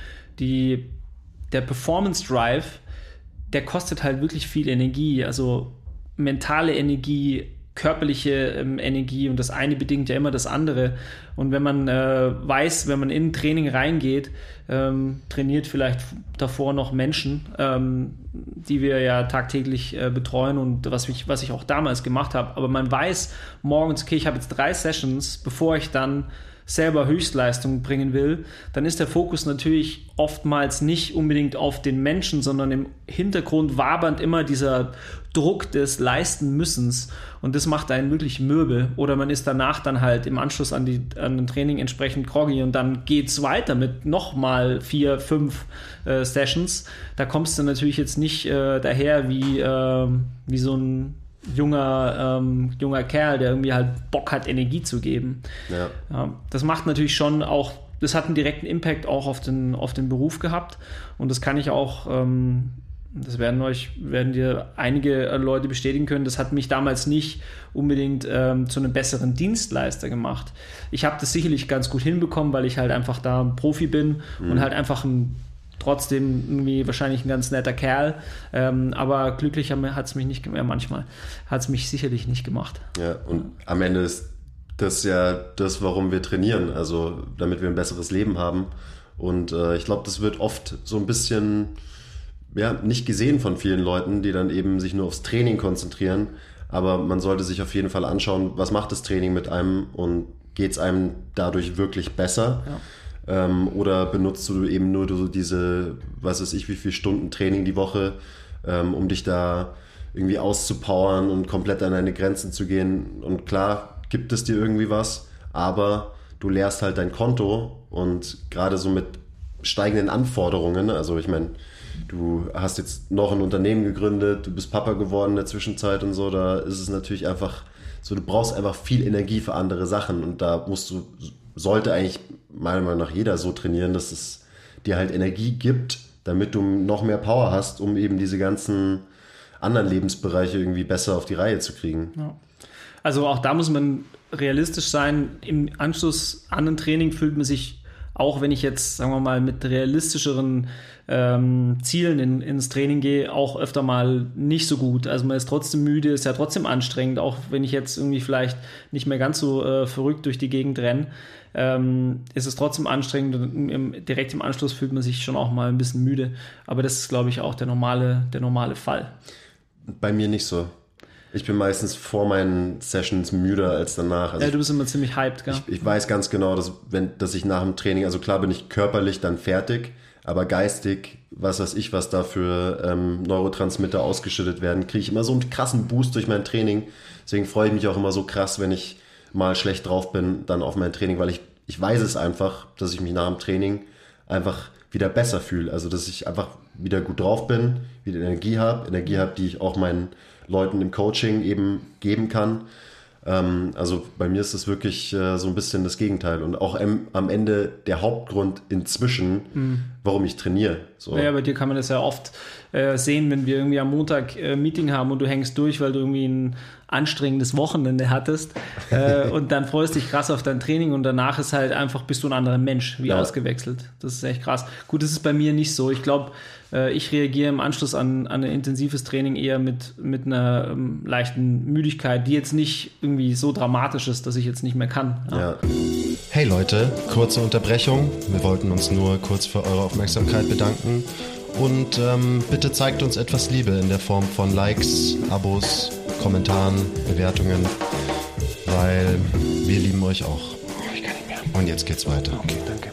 Speaker 2: Der Performance Drive, der kostet halt wirklich viel Energie, also mentale Energie, körperliche Energie, und das eine bedingt ja immer das andere. Und wenn man weiß, wenn man in ein Training reingeht, trainiert vielleicht davor noch Menschen, die wir ja tagtäglich betreuen und was ich auch damals gemacht habe, aber man weiß morgens, okay, ich habe jetzt 3 Sessions, bevor ich dann selber Höchstleistung bringen will, dann ist der Fokus natürlich oftmals nicht unbedingt auf den Menschen, sondern im Hintergrund wabernd immer dieser Druck des Leisten-Müssens, und das macht einen wirklich mürbe. Oder man ist danach dann halt im Anschluss an den Training entsprechend groggy, und dann geht's weiter mit nochmal 4, 5 Sessions. Da kommst du natürlich jetzt nicht daher wie so ein junger Kerl, der irgendwie halt Bock hat, Energie zu geben. Ja, das macht natürlich schon auch, das hat einen direkten Impact auch auf den Beruf gehabt, und das kann ich auch, das werden dir einige Leute bestätigen können, das hat mich damals nicht unbedingt zu einem besseren Dienstleister gemacht. Ich habe das sicherlich ganz gut hinbekommen, weil ich halt einfach da ein Profi bin und halt einfach trotzdem irgendwie wahrscheinlich ein ganz netter Kerl, aber glücklicher hat es mich nicht gemacht. Manchmal hat es mich sicherlich nicht gemacht.
Speaker 1: Ja, und am Ende ist das ja das, warum wir trainieren, also damit wir ein besseres Leben haben. Und ich glaube, das wird oft so ein bisschen nicht gesehen von vielen Leuten, die dann eben sich nur aufs Training konzentrieren. Aber man sollte sich auf jeden Fall anschauen, was macht das Training mit einem und geht es einem dadurch wirklich besser? Ja. Oder benutzt du eben nur so diese, was weiß ich, wie viele Stunden Training die Woche, um dich da irgendwie auszupowern und komplett an deine Grenzen zu gehen. Und klar gibt es dir irgendwie was, aber du leerst halt dein Konto, und gerade so mit steigenden Anforderungen, also ich meine, du hast jetzt noch ein Unternehmen gegründet, du bist Papa geworden in der Zwischenzeit und so, da ist es natürlich einfach so, du brauchst einfach viel Energie für andere Sachen, und da sollte eigentlich meiner Meinung nach jeder so trainieren, dass es dir halt Energie gibt, damit du noch mehr Power hast, um eben diese ganzen anderen Lebensbereiche irgendwie besser auf die Reihe zu kriegen.
Speaker 2: Ja. Also auch da muss man realistisch sein. Im Anschluss an ein Training fühlt man sich auch wenn ich jetzt, sagen wir mal, mit realistischeren Zielen ins Training gehe, auch öfter mal nicht so gut. Also man ist trotzdem müde, ist ja trotzdem anstrengend, auch wenn ich jetzt irgendwie vielleicht nicht mehr ganz so verrückt durch die Gegend renne, ist es trotzdem anstrengend und direkt im Anschluss fühlt man sich schon auch mal ein bisschen müde. Aber das ist, glaube ich, auch der normale Fall.
Speaker 1: Bei mir nicht so. Ich bin meistens vor meinen Sessions müder als danach. Also
Speaker 2: ja, du bist immer ziemlich hyped, gell?
Speaker 1: Ich weiß ganz genau, dass ich nach dem Training, also klar bin ich körperlich dann fertig, aber geistig, was weiß ich, was da für Neurotransmitter ausgeschüttet werden, kriege ich immer so einen krassen Boost durch mein Training. Deswegen freue ich mich auch immer so krass, wenn ich mal schlecht drauf bin, dann auf mein Training, weil ich weiß es einfach, dass ich mich nach dem Training einfach wieder besser fühle. Also dass ich einfach wieder gut drauf bin, wieder Energie habe, die ich auch meinen Leuten im Coaching eben geben kann. Also bei mir ist es wirklich so ein bisschen das Gegenteil und auch am Ende der Hauptgrund inzwischen, warum ich trainiere. So.
Speaker 2: Ja, bei dir kann man das ja oft sehen, wenn wir irgendwie am Montag Meeting haben und du hängst durch, weil du irgendwie ein anstrengendes Wochenende hattest und dann freust dich krass auf dein Training und danach ist halt einfach, bist du ein anderer Mensch, wie ausgewechselt. Das ist echt krass. Gut, das ist bei mir nicht so. Ich glaube, ich reagiere im Anschluss an ein intensives Training eher mit einer leichten Müdigkeit, die jetzt nicht irgendwie so dramatisch ist, dass ich jetzt nicht mehr kann.
Speaker 1: Ja.
Speaker 4: Hey Leute, kurze Unterbrechung. Wir wollten uns nur kurz für eure Aufmerksamkeit bedanken. Und bitte zeigt uns etwas Liebe in der Form von Likes, Abos, Kommentaren, Bewertungen, weil wir lieben euch auch. Ich kann nicht mehr. Und jetzt geht's weiter.
Speaker 2: Okay, danke.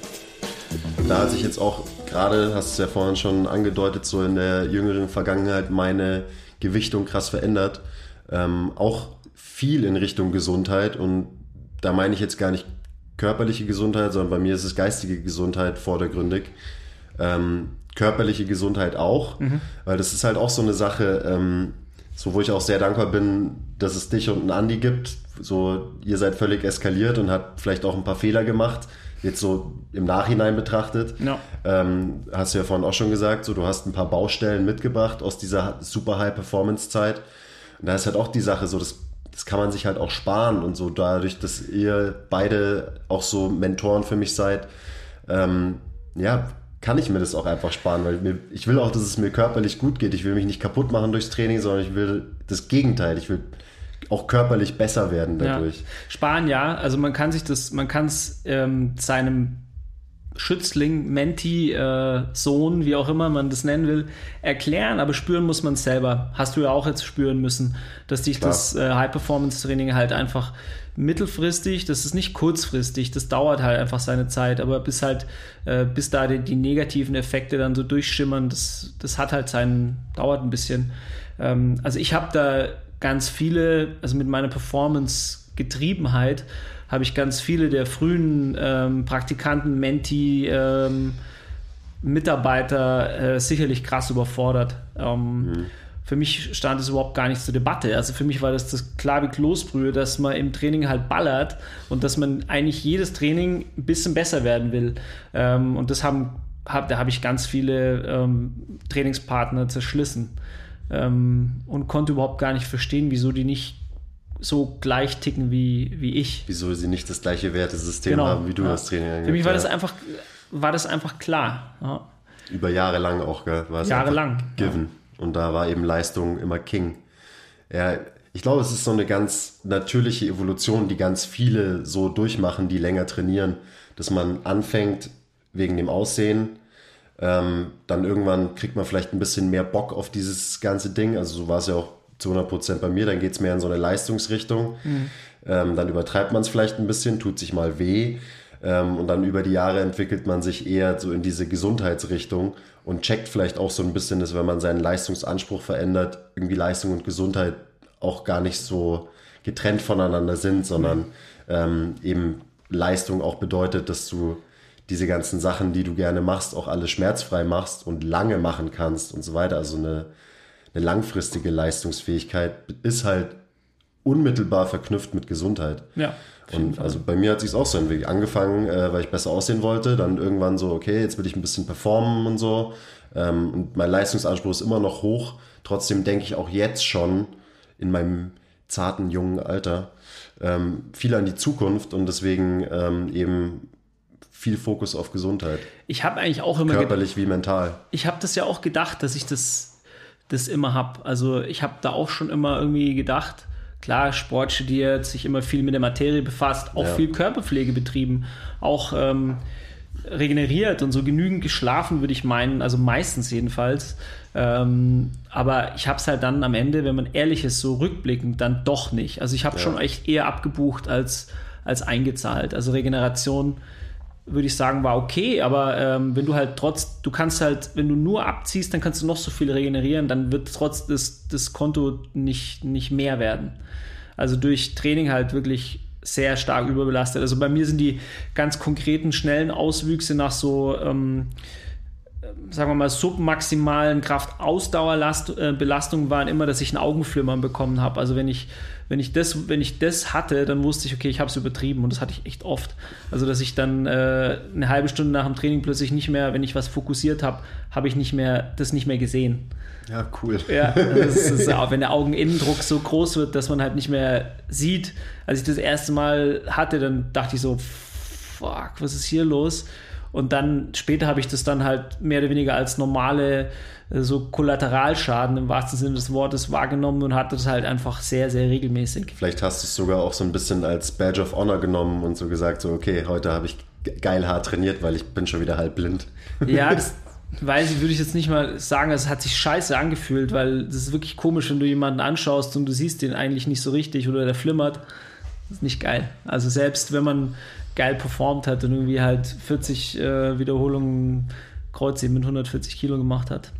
Speaker 1: Da hat sich jetzt auch gerade, hast du es ja vorhin schon angedeutet, so in der jüngeren Vergangenheit meine Gewichtung krass verändert. Auch viel in Richtung Gesundheit und da meine ich jetzt gar nicht körperliche Gesundheit, sondern bei mir ist es geistige Gesundheit vordergründig. Körperliche Gesundheit auch, weil das ist halt auch so eine Sache, so wo ich auch sehr dankbar bin, dass es dich und einen Andi gibt. So, ihr seid völlig eskaliert und habt vielleicht auch ein paar Fehler gemacht, jetzt so im Nachhinein betrachtet.
Speaker 2: Ja.
Speaker 1: Hast du ja vorhin auch schon gesagt, so du hast ein paar Baustellen mitgebracht aus dieser super High-Performance-Zeit. Und da ist halt auch die Sache so, das kann man sich halt auch sparen und so dadurch, dass ihr beide auch so Mentoren für mich seid, kann ich mir das auch einfach sparen, weil ich will auch, dass es mir körperlich gut geht. Ich will mich nicht kaputt machen durchs Training, sondern ich will das Gegenteil. Ich will auch körperlich besser werden dadurch.
Speaker 2: Ja. Sparen, ja. Also man kann es seinem Schützling, Menti, Sohn, wie auch immer man das nennen will, erklären, aber spüren muss man es selber. Hast du ja auch jetzt spüren müssen, dass dich das High-Performance-Training halt einfach mittelfristig, das ist nicht kurzfristig, das dauert halt einfach seine Zeit, aber bis da die negativen Effekte dann so durchschimmern, das hat halt dauert ein bisschen. Also ich habe da ganz viele, also mit meiner Performance-Getriebenheit habe ich ganz viele der frühen Praktikanten, Menti, Mitarbeiter sicherlich krass überfordert. Für mich stand es überhaupt gar nicht zur Debatte. Also für mich war das klar wie Kloßbrühe, dass man im Training halt ballert und dass man eigentlich jedes Training ein bisschen besser werden will. Und da habe ich ganz viele Trainingspartner zerschlissen und konnte überhaupt gar nicht verstehen, wieso die nicht so gleich ticken wie ich.
Speaker 1: Wieso sie nicht das gleiche Wertesystem haben, wie du das Training angeht.
Speaker 2: Für mich war das einfach klar. Ja.
Speaker 1: Über Jahre lang auch, gell? War es
Speaker 2: jahrelang.
Speaker 1: Given. Ja. Und da war eben Leistung immer King. Ja, ich glaube, es ist so eine ganz natürliche Evolution, die ganz viele so durchmachen, die länger trainieren, dass man anfängt wegen dem Aussehen, dann irgendwann kriegt man vielleicht ein bisschen mehr Bock auf dieses ganze Ding. Also so war es ja auch zu 100% bei mir, dann geht es mehr in so eine Leistungsrichtung. Dann übertreibt man es vielleicht ein bisschen, tut sich mal weh. Und dann über die Jahre entwickelt man sich eher so in diese Gesundheitsrichtung und checkt vielleicht auch so ein bisschen, dass wenn man seinen Leistungsanspruch verändert, irgendwie Leistung und Gesundheit auch gar nicht so getrennt voneinander sind, sondern eben Leistung auch bedeutet, dass du diese ganzen Sachen, die du gerne machst, auch alle schmerzfrei machst und lange machen kannst und so weiter. Also eine langfristige Leistungsfähigkeit ist halt unmittelbar verknüpft mit Gesundheit.
Speaker 2: Ja.
Speaker 1: Und also bei mir hat sich auch so entwickelt. Angefangen, weil ich besser aussehen wollte, dann irgendwann so, okay, jetzt will ich ein bisschen performen und so. Und mein Leistungsanspruch ist immer noch hoch. Trotzdem denke ich auch jetzt schon in meinem zarten, jungen Alter viel an die Zukunft und deswegen eben viel Fokus auf Gesundheit.
Speaker 2: Ich habe eigentlich auch immer
Speaker 1: körperlich wie mental.
Speaker 2: Ich habe das ja auch gedacht, dass ich das immer habe. Also ich habe da auch schon immer irgendwie gedacht, klar, Sport studiert, sich immer viel mit der Materie befasst, auch viel Körperpflege betrieben, auch regeneriert und so genügend geschlafen, würde ich meinen, also meistens jedenfalls. Aber ich habe es halt dann am Ende, wenn man ehrlich ist, so rückblickend, dann doch nicht. Also ich habe schon echt eher abgebucht als eingezahlt. Also Regeneration, würde ich sagen, war okay, aber wenn du halt du kannst halt, wenn du nur abziehst, dann kannst du noch so viel regenerieren, dann wird trotz das Konto nicht mehr werden. Also durch Training halt wirklich sehr stark überbelastet. Also bei mir sind die ganz konkreten, schnellen Auswüchse nach so, sagen wir mal, submaximalen Kraftausdauerbelastungen waren immer, dass ich ein Augenflimmern bekommen habe. Also wenn ich das hatte, dann wusste ich, okay, ich habe es übertrieben und das hatte ich echt oft. Also dass ich dann eine halbe Stunde nach dem Training plötzlich nicht mehr, wenn ich was fokussiert habe, habe ich das nicht mehr gesehen.
Speaker 1: Ja, cool.
Speaker 2: Ja, das ist auch, wenn der Augeninnendruck so groß wird, dass man halt nicht mehr sieht. Als ich das erste Mal hatte, dann dachte ich so, fuck, was ist hier los? Und dann später habe ich das dann halt mehr oder weniger als normale so Kollateralschaden im wahrsten Sinne des Wortes wahrgenommen und hatte das halt einfach sehr, sehr regelmäßig.
Speaker 1: Vielleicht hast du es sogar auch so ein bisschen als Badge of Honor genommen und so gesagt, so okay, heute habe ich geil hart trainiert, weil ich bin schon wieder halb blind. Ja,
Speaker 2: das würde ich jetzt nicht mal sagen, es hat sich scheiße angefühlt, weil das ist wirklich komisch, wenn du jemanden anschaust und du siehst den eigentlich nicht so richtig oder der flimmert. Das ist nicht geil. Also selbst wenn man geil performt hat und irgendwie halt 40 Wiederholungen Kreuzheben mit 140 Kilo gemacht hat.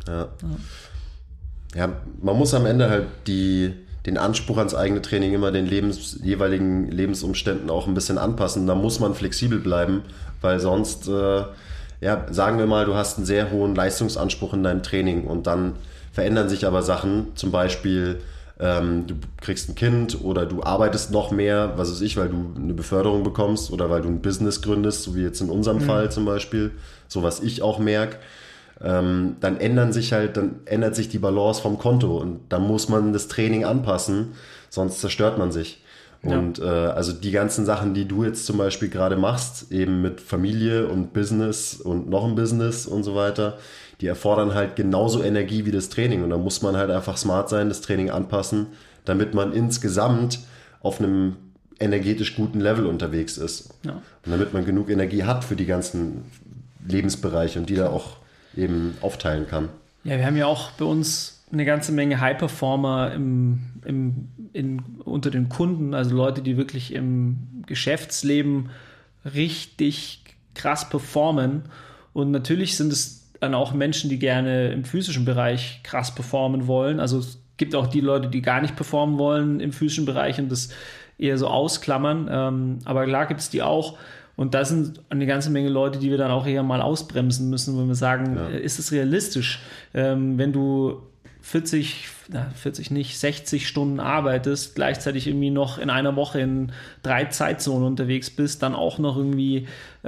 Speaker 1: Ja, man muss am Ende halt den Anspruch ans eigene Training immer den jeweiligen Lebensumständen auch ein bisschen anpassen. Da muss man flexibel bleiben, weil sonst, sagen wir mal, du hast einen sehr hohen Leistungsanspruch in deinem Training und dann verändern sich aber Sachen, zum Beispiel du kriegst ein Kind oder du arbeitest noch mehr, was weiß ich, weil du eine Beförderung bekommst oder weil du ein Business gründest, so wie jetzt in unserem Fall zum Beispiel, so was ich auch merke, dann ändert sich die Balance vom Konto und dann muss man das Training anpassen, sonst zerstört man sich. Und also die ganzen Sachen, die du jetzt zum Beispiel gerade machst, eben mit Familie und Business und noch ein Business und so weiter, die erfordern halt genauso Energie wie das Training. Und da muss man halt einfach smart sein, das Training anpassen, damit man insgesamt auf einem energetisch guten Level unterwegs ist. Ja. Und damit man genug Energie hat für die ganzen Lebensbereiche und die da auch eben aufteilen kann.
Speaker 2: Ja, wir haben ja auch bei uns eine ganze Menge High-Performer unter den Kunden, also Leute, die wirklich im Geschäftsleben richtig krass performen. Und natürlich sind es dann auch Menschen, die gerne im physischen Bereich krass performen wollen. Also es gibt auch die Leute, die gar nicht performen wollen im physischen Bereich und das eher so ausklammern. Aber klar gibt es die auch. Und da sind eine ganze Menge Leute, die wir dann auch eher mal ausbremsen müssen, wenn wir sagen, ist es realistisch, wenn du 60 Stunden arbeitest, gleichzeitig irgendwie noch in einer Woche in 3 Zeitzonen unterwegs bist, dann auch noch irgendwie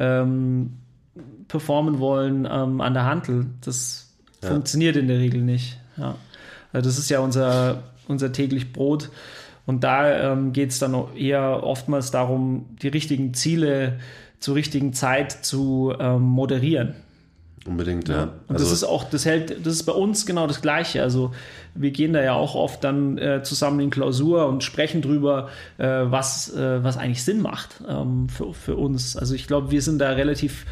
Speaker 2: performen wollen an der Hantel. Das funktioniert in der Regel nicht. Ja. Also das ist ja unser täglich Brot. Und da geht es dann eher oftmals darum, die richtigen Ziele zur richtigen Zeit zu moderieren.
Speaker 1: Unbedingt, ja.
Speaker 2: Und das ist bei uns genau das Gleiche. Also wir gehen da ja auch oft dann zusammen in Klausur und sprechen drüber, was eigentlich Sinn macht für uns. Also ich glaube, wir sind da relativ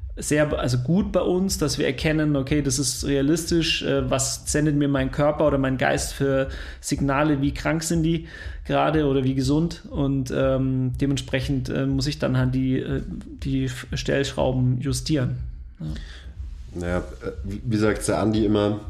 Speaker 2: gut bei uns, dass wir erkennen, okay, das ist realistisch, was sendet mir mein Körper oder mein Geist für Signale, wie krank sind die gerade oder wie gesund und dementsprechend muss ich dann halt die Stellschrauben justieren.
Speaker 1: Ja, wie sagt der Andi immer,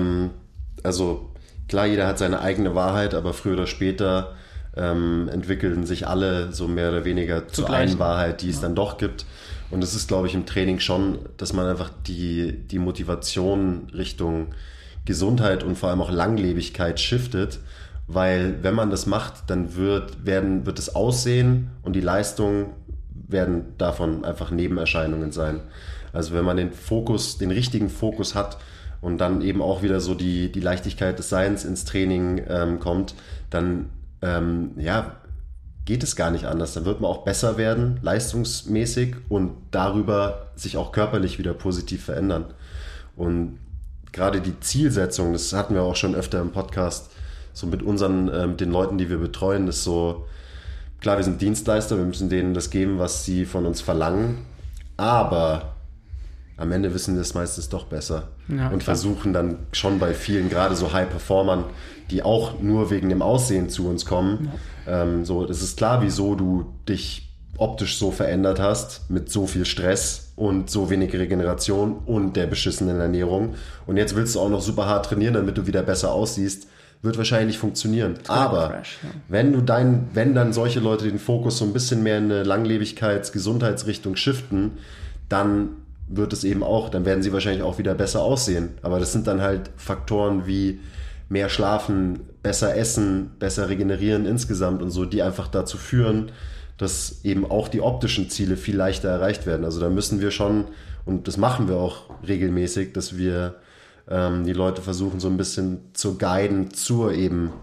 Speaker 1: also klar, jeder hat seine eigene Wahrheit, aber früher oder später entwickeln sich alle so mehr oder weniger zur einen Wahrheit, die es dann doch gibt. Und es ist, glaube ich, im Training schon, dass man einfach die Motivation Richtung Gesundheit und vor allem auch Langlebigkeit shiftet, weil wenn man das macht, dann wird das Aussehen und die Leistung werden davon einfach Nebenerscheinungen sein. Also wenn man den richtigen Fokus hat und dann eben auch wieder so die Leichtigkeit des Seins ins Training kommt, dann geht es gar nicht anders. Dann wird man auch besser werden, leistungsmäßig und darüber sich auch körperlich wieder positiv verändern. Und gerade die Zielsetzung, das hatten wir auch schon öfter im Podcast, so mit mit den Leuten, die wir betreuen, ist so, klar, wir sind Dienstleister, wir müssen denen das geben, was sie von uns verlangen, aber am Ende wissen wir es meistens doch besser und versuchen dann schon bei vielen, gerade so High-Performern, die auch nur wegen dem Aussehen zu uns kommen, so, es ist klar, wieso du dich optisch so verändert hast, mit so viel Stress und so wenig Regeneration und der beschissenen Ernährung. Und jetzt willst du auch noch super hart trainieren, damit du wieder besser aussiehst. Wird wahrscheinlich funktionieren. Aber fresh, wenn dann solche Leute den Fokus so ein bisschen mehr in eine Langlebigkeits-Gesundheitsrichtung shiften, dann wird es eben auch, dann werden sie wahrscheinlich auch wieder besser aussehen. Aber das sind dann halt Faktoren wie mehr schlafen, besser essen, besser regenerieren insgesamt und so, die einfach dazu führen, dass eben auch die optischen Ziele viel leichter erreicht werden. Also da müssen wir schon, und das machen wir auch regelmäßig, dass wir die Leute versuchen so ein bisschen zu guiden zur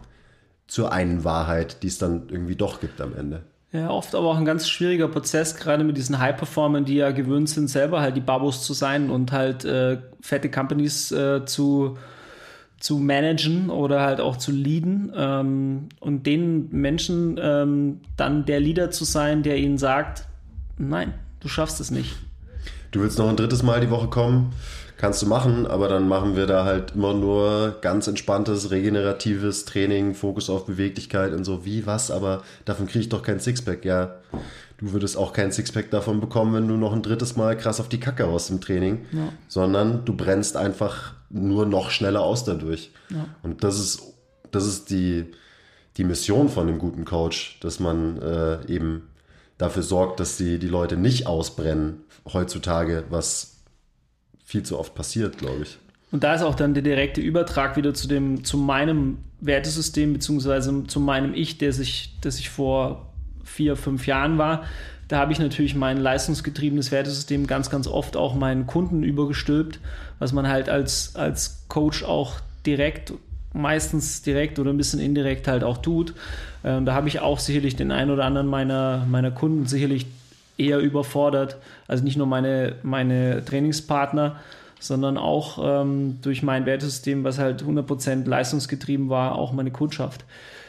Speaker 1: einen Wahrheit, die es dann irgendwie doch gibt am Ende.
Speaker 2: Ja, oft aber auch ein ganz schwieriger Prozess, gerade mit diesen High-Performern, die ja gewöhnt sind, selber halt die Babos zu sein und halt fette Companies zu managen oder halt auch zu leaden und den Menschen dann der Leader zu sein, der ihnen sagt, nein, du schaffst es nicht.
Speaker 1: Du willst noch ein 3. Mal die Woche kommen? Kannst du machen, aber dann machen wir da halt immer nur ganz entspanntes, regeneratives Training, Fokus auf Beweglichkeit und so, was, aber davon kriege ich doch kein Sixpack. Ja, du würdest auch kein Sixpack davon bekommen, wenn du noch ein 3. Mal krass auf die Kacke haust im Training, sondern du brennst einfach nur noch schneller aus dadurch. Ja. Und das ist die Mission von einem guten Coach, dass man eben dafür sorgt, dass die Leute nicht ausbrennen heutzutage, was viel zu oft passiert, glaube ich.
Speaker 2: Und da ist auch dann der direkte Übertrag wieder zu meinem Wertesystem, beziehungsweise zu meinem Ich, das ich vor 4-5 Jahren war. Da habe ich natürlich mein leistungsgetriebenes Wertesystem ganz, ganz oft auch meinen Kunden übergestülpt, was man halt als Coach auch meistens direkt oder ein bisschen indirekt halt auch tut. Da habe ich auch sicherlich den einen oder anderen meiner Kunden sicherlich eher überfordert, also nicht nur meine Trainingspartner, sondern auch durch mein Wertesystem, was halt 100% leistungsgetrieben war, auch meine Kundschaft.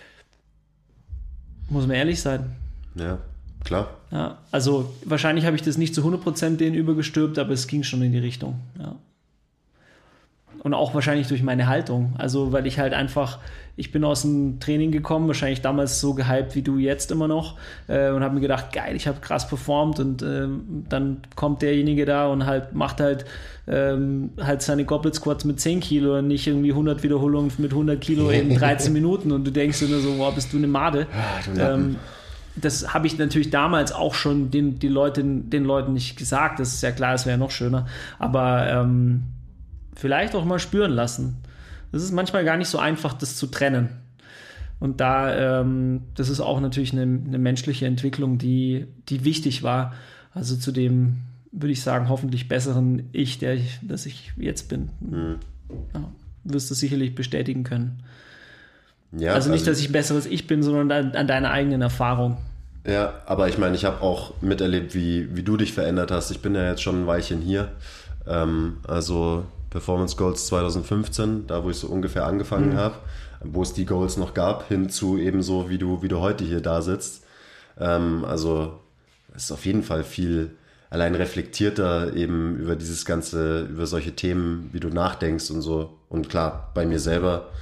Speaker 2: Muss man ehrlich sein.
Speaker 1: Ja, klar.
Speaker 2: Ja, also wahrscheinlich habe ich das nicht zu 100% denen übergestülpt, aber es ging schon in die Richtung. Ja. Und auch wahrscheinlich durch meine Haltung. Also weil ich halt einfach, ich bin aus dem Training gekommen, wahrscheinlich damals so gehypt wie du jetzt immer noch und habe mir gedacht, geil, ich habe krass performt und dann kommt derjenige da und halt macht halt seine Goblet Squats mit 10 Kilo und nicht irgendwie 100 Wiederholungen mit 100 Kilo in 13 Minuten und du denkst dir nur so, wow, bist du eine Made. Das habe ich natürlich damals auch schon den Leuten nicht gesagt, das ist ja klar, es wäre noch schöner, aber vielleicht auch mal spüren lassen. Das ist manchmal gar nicht so einfach, das zu trennen. Und das ist auch natürlich eine menschliche Entwicklung, die wichtig war. Also zu dem, würde ich sagen, hoffentlich besseren Ich, das ich jetzt bin. Ja, wirst du sicherlich bestätigen können. Ja, also nicht, dass ich ein besseres Ich bin, sondern an deiner eigenen Erfahrung.
Speaker 1: Ja, aber ich meine, ich habe auch miterlebt, wie du dich verändert hast. Ich bin ja jetzt schon ein Weilchen hier. Also Performance Goals 2015, da wo ich so ungefähr angefangen habe, wo es die Goals noch gab, hin zu eben so, wie du heute hier da sitzt. Also es ist auf jeden Fall viel allein reflektierter eben über dieses Ganze, über solche Themen, wie du nachdenkst und so. Und klar, bei mir selber,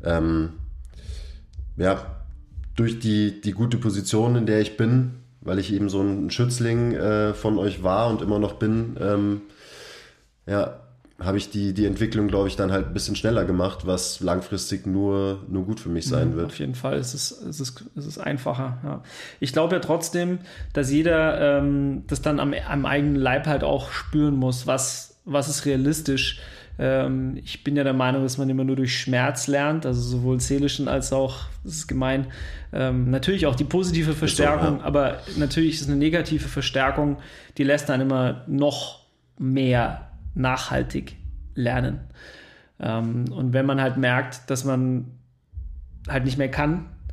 Speaker 1: durch die gute Position, in der ich bin, weil ich eben so ein Schützling von euch war und immer noch bin, habe ich die Entwicklung, glaube ich, dann halt ein bisschen schneller gemacht, was langfristig nur gut für mich sein wird.
Speaker 2: Auf jeden Fall, es ist einfacher. Ja. Ich glaube ja trotzdem, dass jeder das dann am eigenen Leib halt auch spüren muss, was ist realistisch. Ich bin ja der Meinung, dass man immer nur durch Schmerz lernt, also sowohl seelischen als auch, das ist gemein, natürlich auch die positive Verstärkung, aber natürlich ist eine negative Verstärkung, die lässt dann immer noch mehr nachhaltig lernen. Und wenn man halt merkt, dass man halt nicht mehr kann,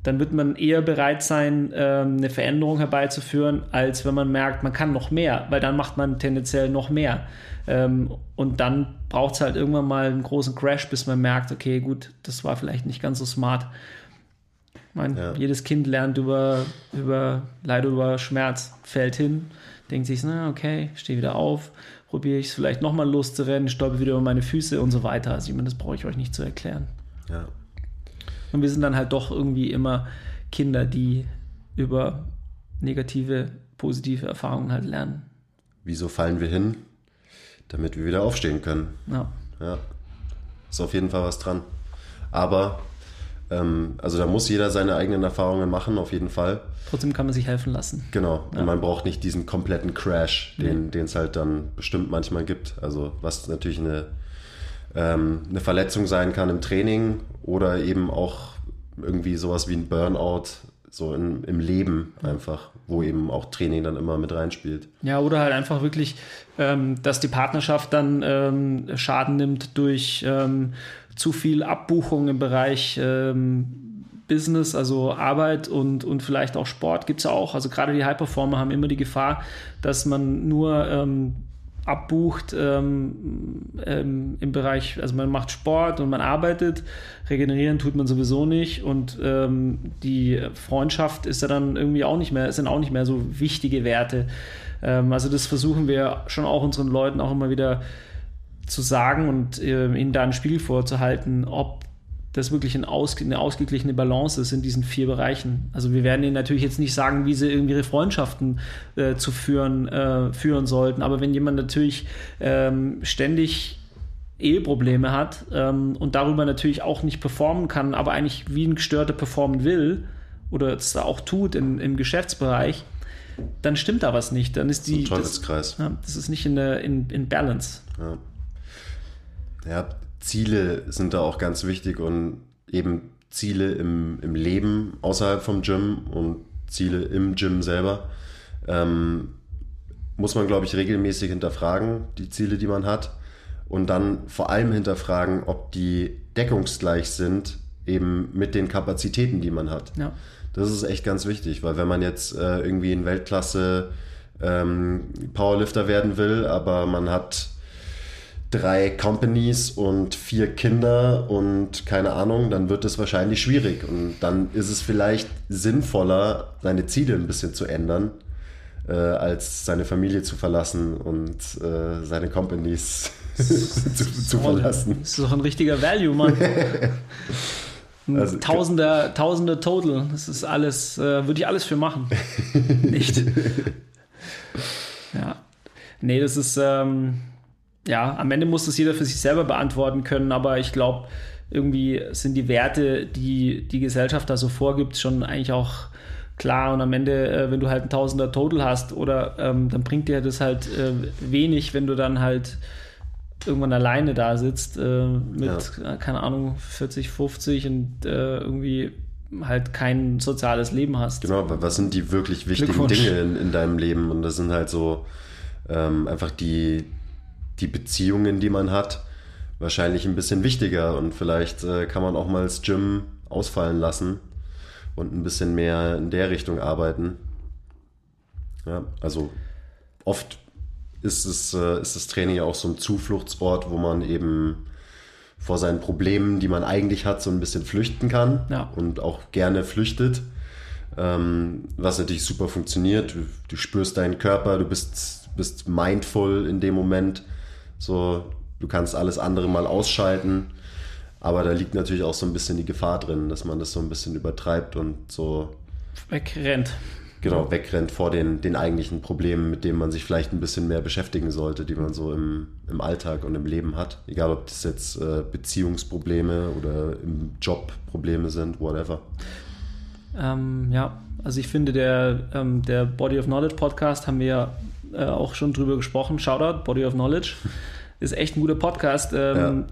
Speaker 2: dann wird man eher bereit sein, eine Veränderung herbeizuführen, als wenn man merkt, man kann noch mehr, weil dann macht man tendenziell noch mehr. Und dann braucht es halt irgendwann mal einen großen Crash, bis man merkt, okay, gut, das war vielleicht nicht ganz so smart. Ich meine, jedes Kind lernt leider über Schmerz, fällt hin, denkt sich, na okay, stehe wieder auf, probiere ich es vielleicht nochmal loszurennen, stolper wieder über meine Füße und so weiter. Also ich meine, das brauche ich euch nicht zu erklären.
Speaker 1: Ja.
Speaker 2: Und wir sind dann halt doch irgendwie immer Kinder, die über negative, positive Erfahrungen halt lernen.
Speaker 1: Wieso fallen wir hin? Damit wir wieder aufstehen können. Ja. Ist auf jeden Fall was dran. Aber, also da muss jeder seine eigenen Erfahrungen machen, auf jeden Fall.
Speaker 2: Trotzdem kann man sich helfen lassen.
Speaker 1: Genau. Und man braucht nicht diesen kompletten Crash, den es halt dann bestimmt manchmal gibt. Also was natürlich eine Verletzung sein kann im Training oder eben auch irgendwie sowas wie ein Burnout so im Leben einfach, wo eben auch Training dann immer mit reinspielt.
Speaker 2: Ja, oder halt einfach wirklich, dass die Partnerschaft dann Schaden nimmt durch zu viel Abbuchung im Bereich Business, also Arbeit und vielleicht auch Sport gibt es ja auch. Also gerade die High-Performer haben immer die Gefahr, dass man nur abbucht im Bereich, also man macht Sport und man arbeitet, regenerieren tut man sowieso nicht und die Freundschaft ist ja dann irgendwie sind auch nicht mehr so wichtige Werte. Also das versuchen wir schon auch unseren Leuten auch immer wieder zu sagen und ihnen da einen Spiegel vorzuhalten, ob das wirklich eine ausgeglichene Balance ist in diesen 4 Bereichen. Also wir werden ihnen natürlich jetzt nicht sagen, wie sie irgendwie ihre Freundschaften führen sollten, aber wenn jemand natürlich ständig Eheprobleme hat und darüber natürlich auch nicht performen kann, aber eigentlich wie ein Gestörter performen will oder es auch tut im Geschäftsbereich, dann stimmt da was nicht. Dann ist
Speaker 1: ein Teufelskreis.
Speaker 2: Das ist nicht in Balance.
Speaker 1: Ja, Ziele sind da auch ganz wichtig und eben Ziele im Leben außerhalb vom Gym und Ziele im Gym selber muss man, glaube ich, regelmäßig hinterfragen, die Ziele, die man hat und dann vor allem hinterfragen, ob die deckungsgleich sind eben mit den Kapazitäten, die man hat.
Speaker 2: Ja.
Speaker 1: Das ist echt ganz wichtig, weil wenn man jetzt irgendwie in Weltklasse Powerlifter werden will, aber man hat 3 Companies und 4 Kinder und keine Ahnung, dann wird es wahrscheinlich schwierig. Und dann ist es vielleicht sinnvoller, seine Ziele ein bisschen zu ändern, als seine Familie zu verlassen und seine Companies zu verlassen.
Speaker 2: Das ist doch ein richtiger Value, Mann. Also, Tausender Total, das ist alles, würde ich alles für machen. Nicht. Ja. Nee, das ist... am Ende muss das jeder für sich selber beantworten können, aber ich glaube, irgendwie sind die Werte, die die Gesellschaft da so vorgibt, schon eigentlich auch klar und am Ende, wenn du halt ein Tausender Total hast oder dann bringt dir das halt wenig, wenn du dann halt irgendwann alleine da sitzt keine Ahnung, 40, 50 und irgendwie halt kein soziales Leben hast.
Speaker 1: Genau, was sind die wirklich wichtigen Dinge in deinem Leben und das sind halt so einfach die Beziehungen, die man hat, wahrscheinlich ein bisschen wichtiger und vielleicht kann man auch mal das Gym ausfallen lassen und ein bisschen mehr in der Richtung arbeiten. Ja, also oft ist das Training ja auch so ein Zufluchtsort, wo man eben vor seinen Problemen, die man eigentlich hat, so ein bisschen flüchten kann und auch gerne flüchtet, was natürlich super funktioniert. Du spürst deinen Körper, du bist mindful in dem Moment. So, du kannst alles andere mal ausschalten, aber da liegt natürlich auch so ein bisschen die Gefahr drin, dass man das so ein bisschen übertreibt und so
Speaker 2: wegrennt.
Speaker 1: Genau, wegrennt vor den eigentlichen Problemen, mit denen man sich vielleicht ein bisschen mehr beschäftigen sollte, die man so im Alltag und im Leben hat. Egal, ob das jetzt Beziehungsprobleme oder im Job Probleme sind, whatever.
Speaker 2: Also ich finde, der Body of Knowledge Podcast haben wir auch schon drüber gesprochen. Shoutout, Body of Knowledge. Ist echt ein guter Podcast, wo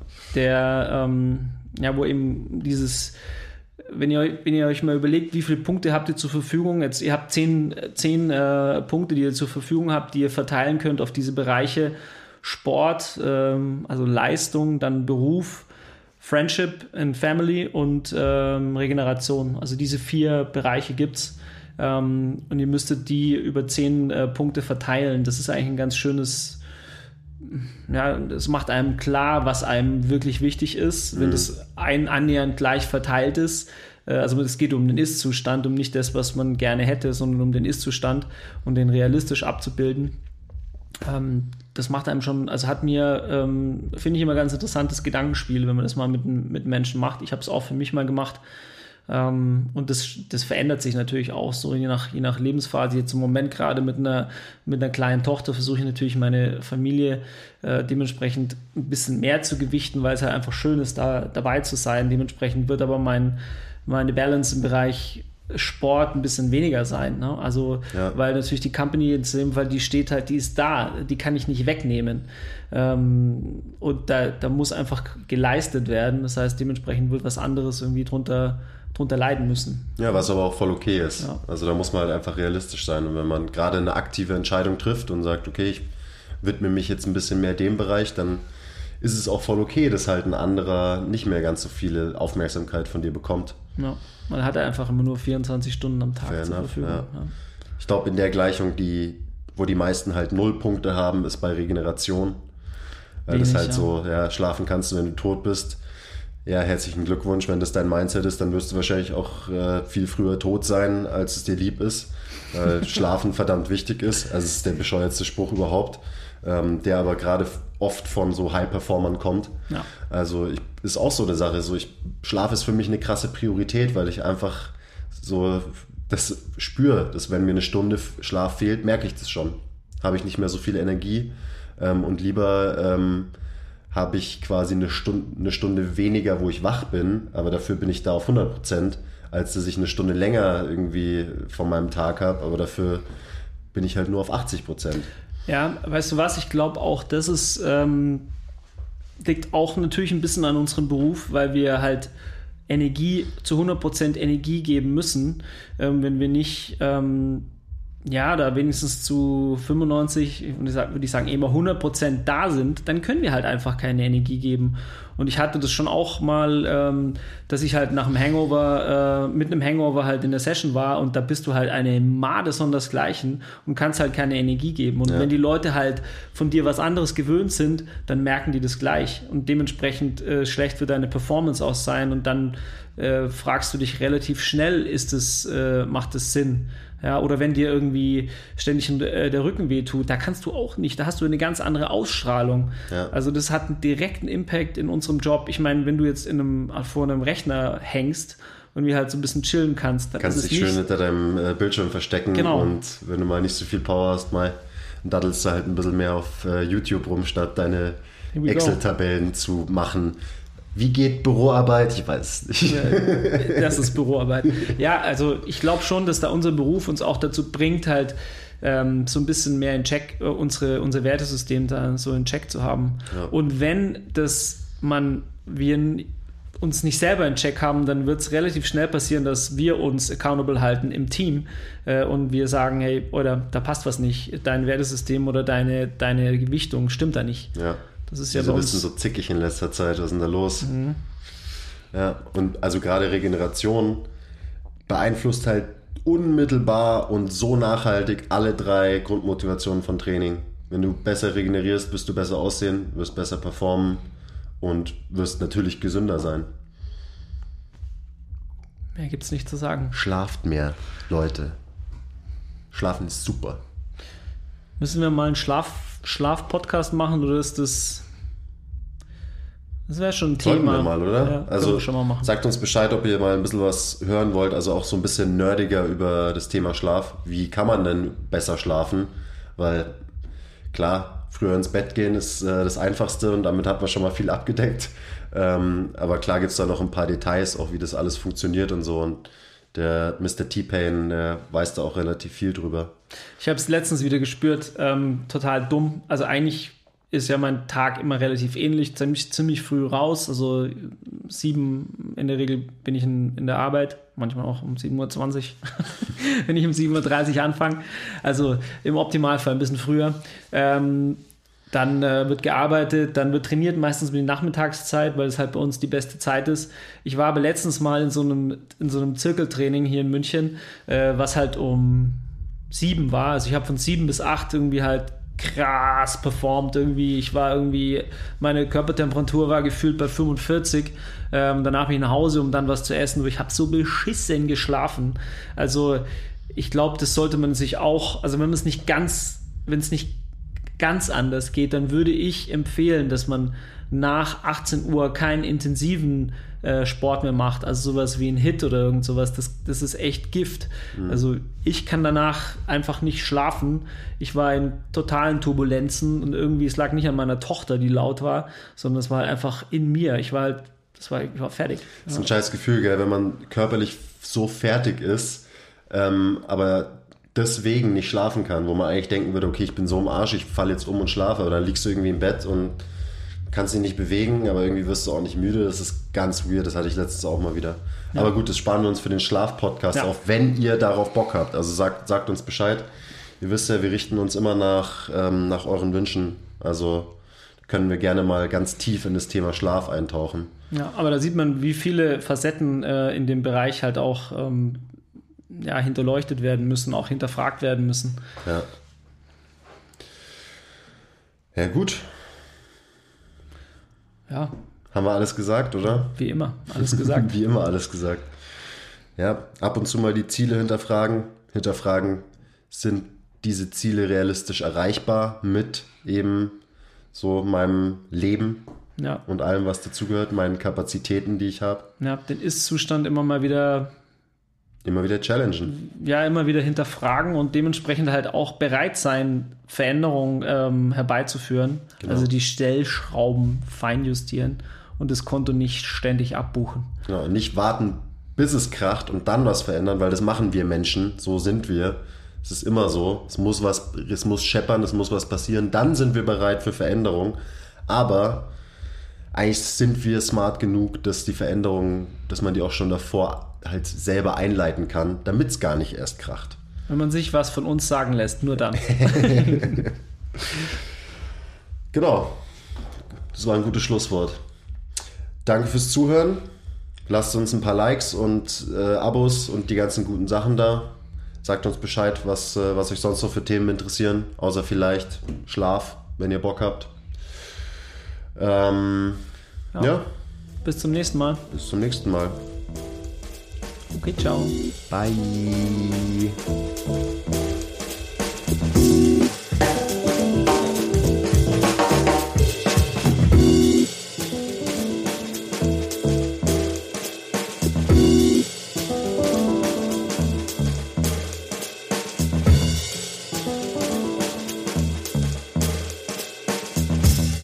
Speaker 2: eben dieses, wenn ihr euch mal überlegt, wie viele Punkte habt ihr zur Verfügung, jetzt ihr habt 10 Punkte, die ihr zur Verfügung habt, die ihr verteilen könnt auf diese Bereiche Sport, also Leistung, dann Beruf, Friendship and Family und Regeneration. Also diese 4 Bereiche gibt's. Und ihr müsstet die über 10 Punkte verteilen. Das ist eigentlich ein ganz schönes, ja, das macht einem klar, was einem wirklich wichtig ist, wenn das annähernd gleich verteilt ist. Also es geht um den Ist-Zustand, um nicht das, was man gerne hätte, sondern um den Ist-Zustand und den realistisch abzubilden. Das macht einem schon, also hat mir, finde ich immer ganz interessantes Gedankenspiel, wenn man das mal mit Menschen macht. Ich habe es auch für mich mal gemacht. Und das verändert sich natürlich auch so, je nach Lebensphase. Jetzt im Moment gerade mit einer kleinen Tochter versuche ich natürlich meine Familie dementsprechend ein bisschen mehr zu gewichten, weil es halt einfach schön ist, da dabei zu sein. Dementsprechend wird aber meine Balance im Bereich Sport ein bisschen weniger sein, ne? Also, weil natürlich die Company in dem Fall, die steht halt, die ist da, die kann ich nicht wegnehmen. Und da muss einfach geleistet werden. Das heißt, dementsprechend wird was anderes irgendwie drunter leiden müssen.
Speaker 1: Ja, was aber auch voll okay ist.
Speaker 2: Ja.
Speaker 1: Also da muss man halt einfach realistisch sein. Und wenn man gerade eine aktive Entscheidung trifft und sagt, okay, ich widme mich jetzt ein bisschen mehr dem Bereich, dann ist es auch voll okay, dass halt ein anderer nicht mehr ganz so viele Aufmerksamkeit von dir bekommt.
Speaker 2: Ja, man hat einfach immer nur 24 Stunden am Tag zur Verfügung. Ja. Ja.
Speaker 1: Ich glaube, in der Gleichung, wo die meisten halt 0 Punkte haben, ist bei Regeneration. Weil das halt so, schlafen kannst du, wenn du tot bist. Ja, herzlichen Glückwunsch. Wenn das dein Mindset ist, dann wirst du wahrscheinlich auch viel früher tot sein, als es dir lieb ist. Weil Schlafen verdammt wichtig ist. Also es ist der bescheuertste Spruch überhaupt, der aber gerade oft von so High-Performern kommt. Ja. Also ist auch so eine Sache. So, Schlaf ist für mich eine krasse Priorität, weil ich einfach so das spüre, dass wenn mir eine Stunde Schlaf fehlt, merke ich das schon. Habe ich nicht mehr so viel Energie und lieber habe ich quasi eine Stunde weniger, wo ich wach bin, aber dafür bin ich da auf 100%, als dass ich eine Stunde länger irgendwie von meinem Tag habe, aber dafür bin ich halt nur auf 80%.
Speaker 2: Ja, weißt du was, ich glaube auch, das ist, liegt auch natürlich ein bisschen an unserem Beruf, weil wir halt zu 100% Energie geben müssen, wenn wir nicht da wenigstens zu 95, würde ich sagen, immer 100% da sind, dann können wir halt einfach keine Energie geben. Und ich hatte das schon auch mal, dass ich halt mit einem Hangover halt in der Session war und da bist du halt eine Made sondersgleichen und kannst halt keine Energie geben. Und wenn die Leute halt von dir was anderes gewöhnt sind, dann merken die das gleich. Und dementsprechend schlecht wird deine Performance auch sein und dann fragst du dich relativ schnell, macht es Sinn? Ja, oder wenn dir irgendwie ständig der Rücken wehtut, da kannst du auch nicht, da hast du eine ganz andere Ausstrahlung. Ja. Also das hat einen direkten Impact in unserem Job. Ich meine, wenn du jetzt vor einem Rechner hängst und wie halt so ein bisschen chillen kannst, dann
Speaker 1: kannst dich schön hinter deinem Bildschirm verstecken. Genau. Und wenn du mal nicht so viel Power hast, daddelst du halt ein bisschen mehr auf YouTube rum, statt deine Excel-Tabellen zu machen. Wie geht Büroarbeit? Ich weiß es nicht.
Speaker 2: Das ist Büroarbeit. Ja, also ich glaube schon, dass da unser Beruf uns auch dazu bringt, halt so ein bisschen mehr in Check, unser Wertesystem da so in Check zu haben. Ja. Und wenn wir uns nicht selber in Check haben, dann wird es relativ schnell passieren, dass wir uns accountable halten im Team und wir sagen, hey, oder da passt was nicht, dein Wertesystem oder deine Gewichtung stimmt da nicht.
Speaker 1: Ja.
Speaker 2: Das ist ja
Speaker 1: so ein bisschen so zickig in letzter Zeit. Was ist denn da los? Mhm. Ja, und also gerade Regeneration beeinflusst halt unmittelbar und so nachhaltig alle 3 Grundmotivationen von Training. Wenn du besser regenerierst, wirst du besser aussehen, wirst besser performen und wirst natürlich gesünder sein.
Speaker 2: Mehr gibt's nicht zu sagen.
Speaker 1: Schlaft mehr, Leute. Schlafen ist super.
Speaker 2: Müssen wir mal einen Schlaf-Podcast machen oder ist das... Das wäre schon ein Thema.
Speaker 1: Sollten wir mal, oder?
Speaker 2: Ja,
Speaker 1: also
Speaker 2: schon mal machen.
Speaker 1: Sagt uns Bescheid, ob ihr mal ein bisschen was hören wollt, also auch so ein bisschen nerdiger über das Thema Schlaf. Wie kann man denn besser schlafen? Weil klar, früher ins Bett gehen ist das Einfachste und damit hat man schon mal viel abgedeckt. Aber klar gibt es da noch ein paar Details, auch wie das alles funktioniert und so. Und der Mr. T-Pain, der weiß da auch relativ viel drüber.
Speaker 2: Ich habe es letztens wieder gespürt, total dumm. Also eigentlich ist ja mein Tag immer relativ ähnlich, ziemlich früh raus, also 7 in der Regel bin ich in der Arbeit, manchmal auch um 7:20 Uhr, wenn ich um 7:30 Uhr anfange, also im Optimalfall ein bisschen früher. Dann wird gearbeitet, dann wird trainiert, meistens mit der Nachmittagszeit, weil es halt bei uns die beste Zeit ist. Ich war aber letztens mal in so einem Zirkeltraining hier in München, was halt um 7 war. Also ich habe von 7 bis 8 irgendwie halt krass performt irgendwie. Meine Körpertemperatur war gefühlt bei 45. Danach bin ich nach Hause, um dann was zu essen. Ich habe so beschissen geschlafen. Also ich glaube, das sollte man sich auch, also wenn es nicht ganz anders geht, dann würde ich empfehlen, dass man nach 18 Uhr keinen intensiven Sport mehr macht, also sowas wie ein HIIT oder irgend sowas, das ist echt Gift. Also ich kann danach einfach nicht schlafen. Ich war in totalen Turbulenzen und irgendwie, es lag nicht an meiner Tochter, die laut war, sondern es war halt einfach in mir. Ich war fertig.
Speaker 1: Das ist ein scheiß Gefühl, gell, wenn man körperlich so fertig ist, aber deswegen nicht schlafen kann, wo man eigentlich denken würde, okay, ich bin so im Arsch, ich falle jetzt um und schlafe, aber dann liegst du irgendwie im Bett und kannst dich nicht bewegen, aber irgendwie wirst du auch nicht müde. Das ist ganz weird, das hatte ich letztens auch mal wieder. Ja. Aber gut, das sparen wir uns für den Schlaf-Podcast auf, wenn ihr darauf Bock habt. Also sagt uns Bescheid. Ihr wisst ja, wir richten uns immer nach euren Wünschen. Also können wir gerne mal ganz tief in das Thema Schlaf eintauchen.
Speaker 2: Ja, aber da sieht man, wie viele Facetten in dem Bereich halt auch hinterleuchtet werden müssen, auch hinterfragt werden müssen.
Speaker 1: Ja. Ja, gut.
Speaker 2: Ja.
Speaker 1: Haben wir alles gesagt, oder?
Speaker 2: Wie immer, alles gesagt.
Speaker 1: Wie immer alles gesagt. Ja, ab und zu mal die Ziele hinterfragen. Sind diese Ziele realistisch erreichbar mit eben so meinem Leben und allem, was dazugehört, meinen Kapazitäten, die ich habe. Ja,
Speaker 2: den Ist-Zustand immer wieder
Speaker 1: challengen.
Speaker 2: Ja, immer wieder hinterfragen und dementsprechend halt auch bereit sein, Veränderungen herbeizuführen. Genau. Also die Stellschrauben feinjustieren und das Konto nicht ständig abbuchen.
Speaker 1: Genau, nicht warten, bis es kracht und dann was verändern, weil das machen wir Menschen, so sind wir. Es ist immer so, es muss scheppern, es muss was passieren, dann sind wir bereit für Veränderung. Aber eigentlich sind wir smart genug, dass die Veränderungen, dass man die auch schon davor halt selber einleiten kann, damit es gar nicht erst kracht.
Speaker 2: Wenn man sich was von uns sagen lässt, nur dann.
Speaker 1: Genau. Das war ein gutes Schlusswort. Danke fürs Zuhören. Lasst uns ein paar Likes und Abos und die ganzen guten Sachen da. Sagt uns Bescheid, was euch sonst noch für Themen interessieren, außer vielleicht Schlaf, wenn ihr Bock habt. Ja.
Speaker 2: Bis zum nächsten Mal.
Speaker 1: Bis zum nächsten Mal.
Speaker 2: Okay, ciao.
Speaker 1: Bye.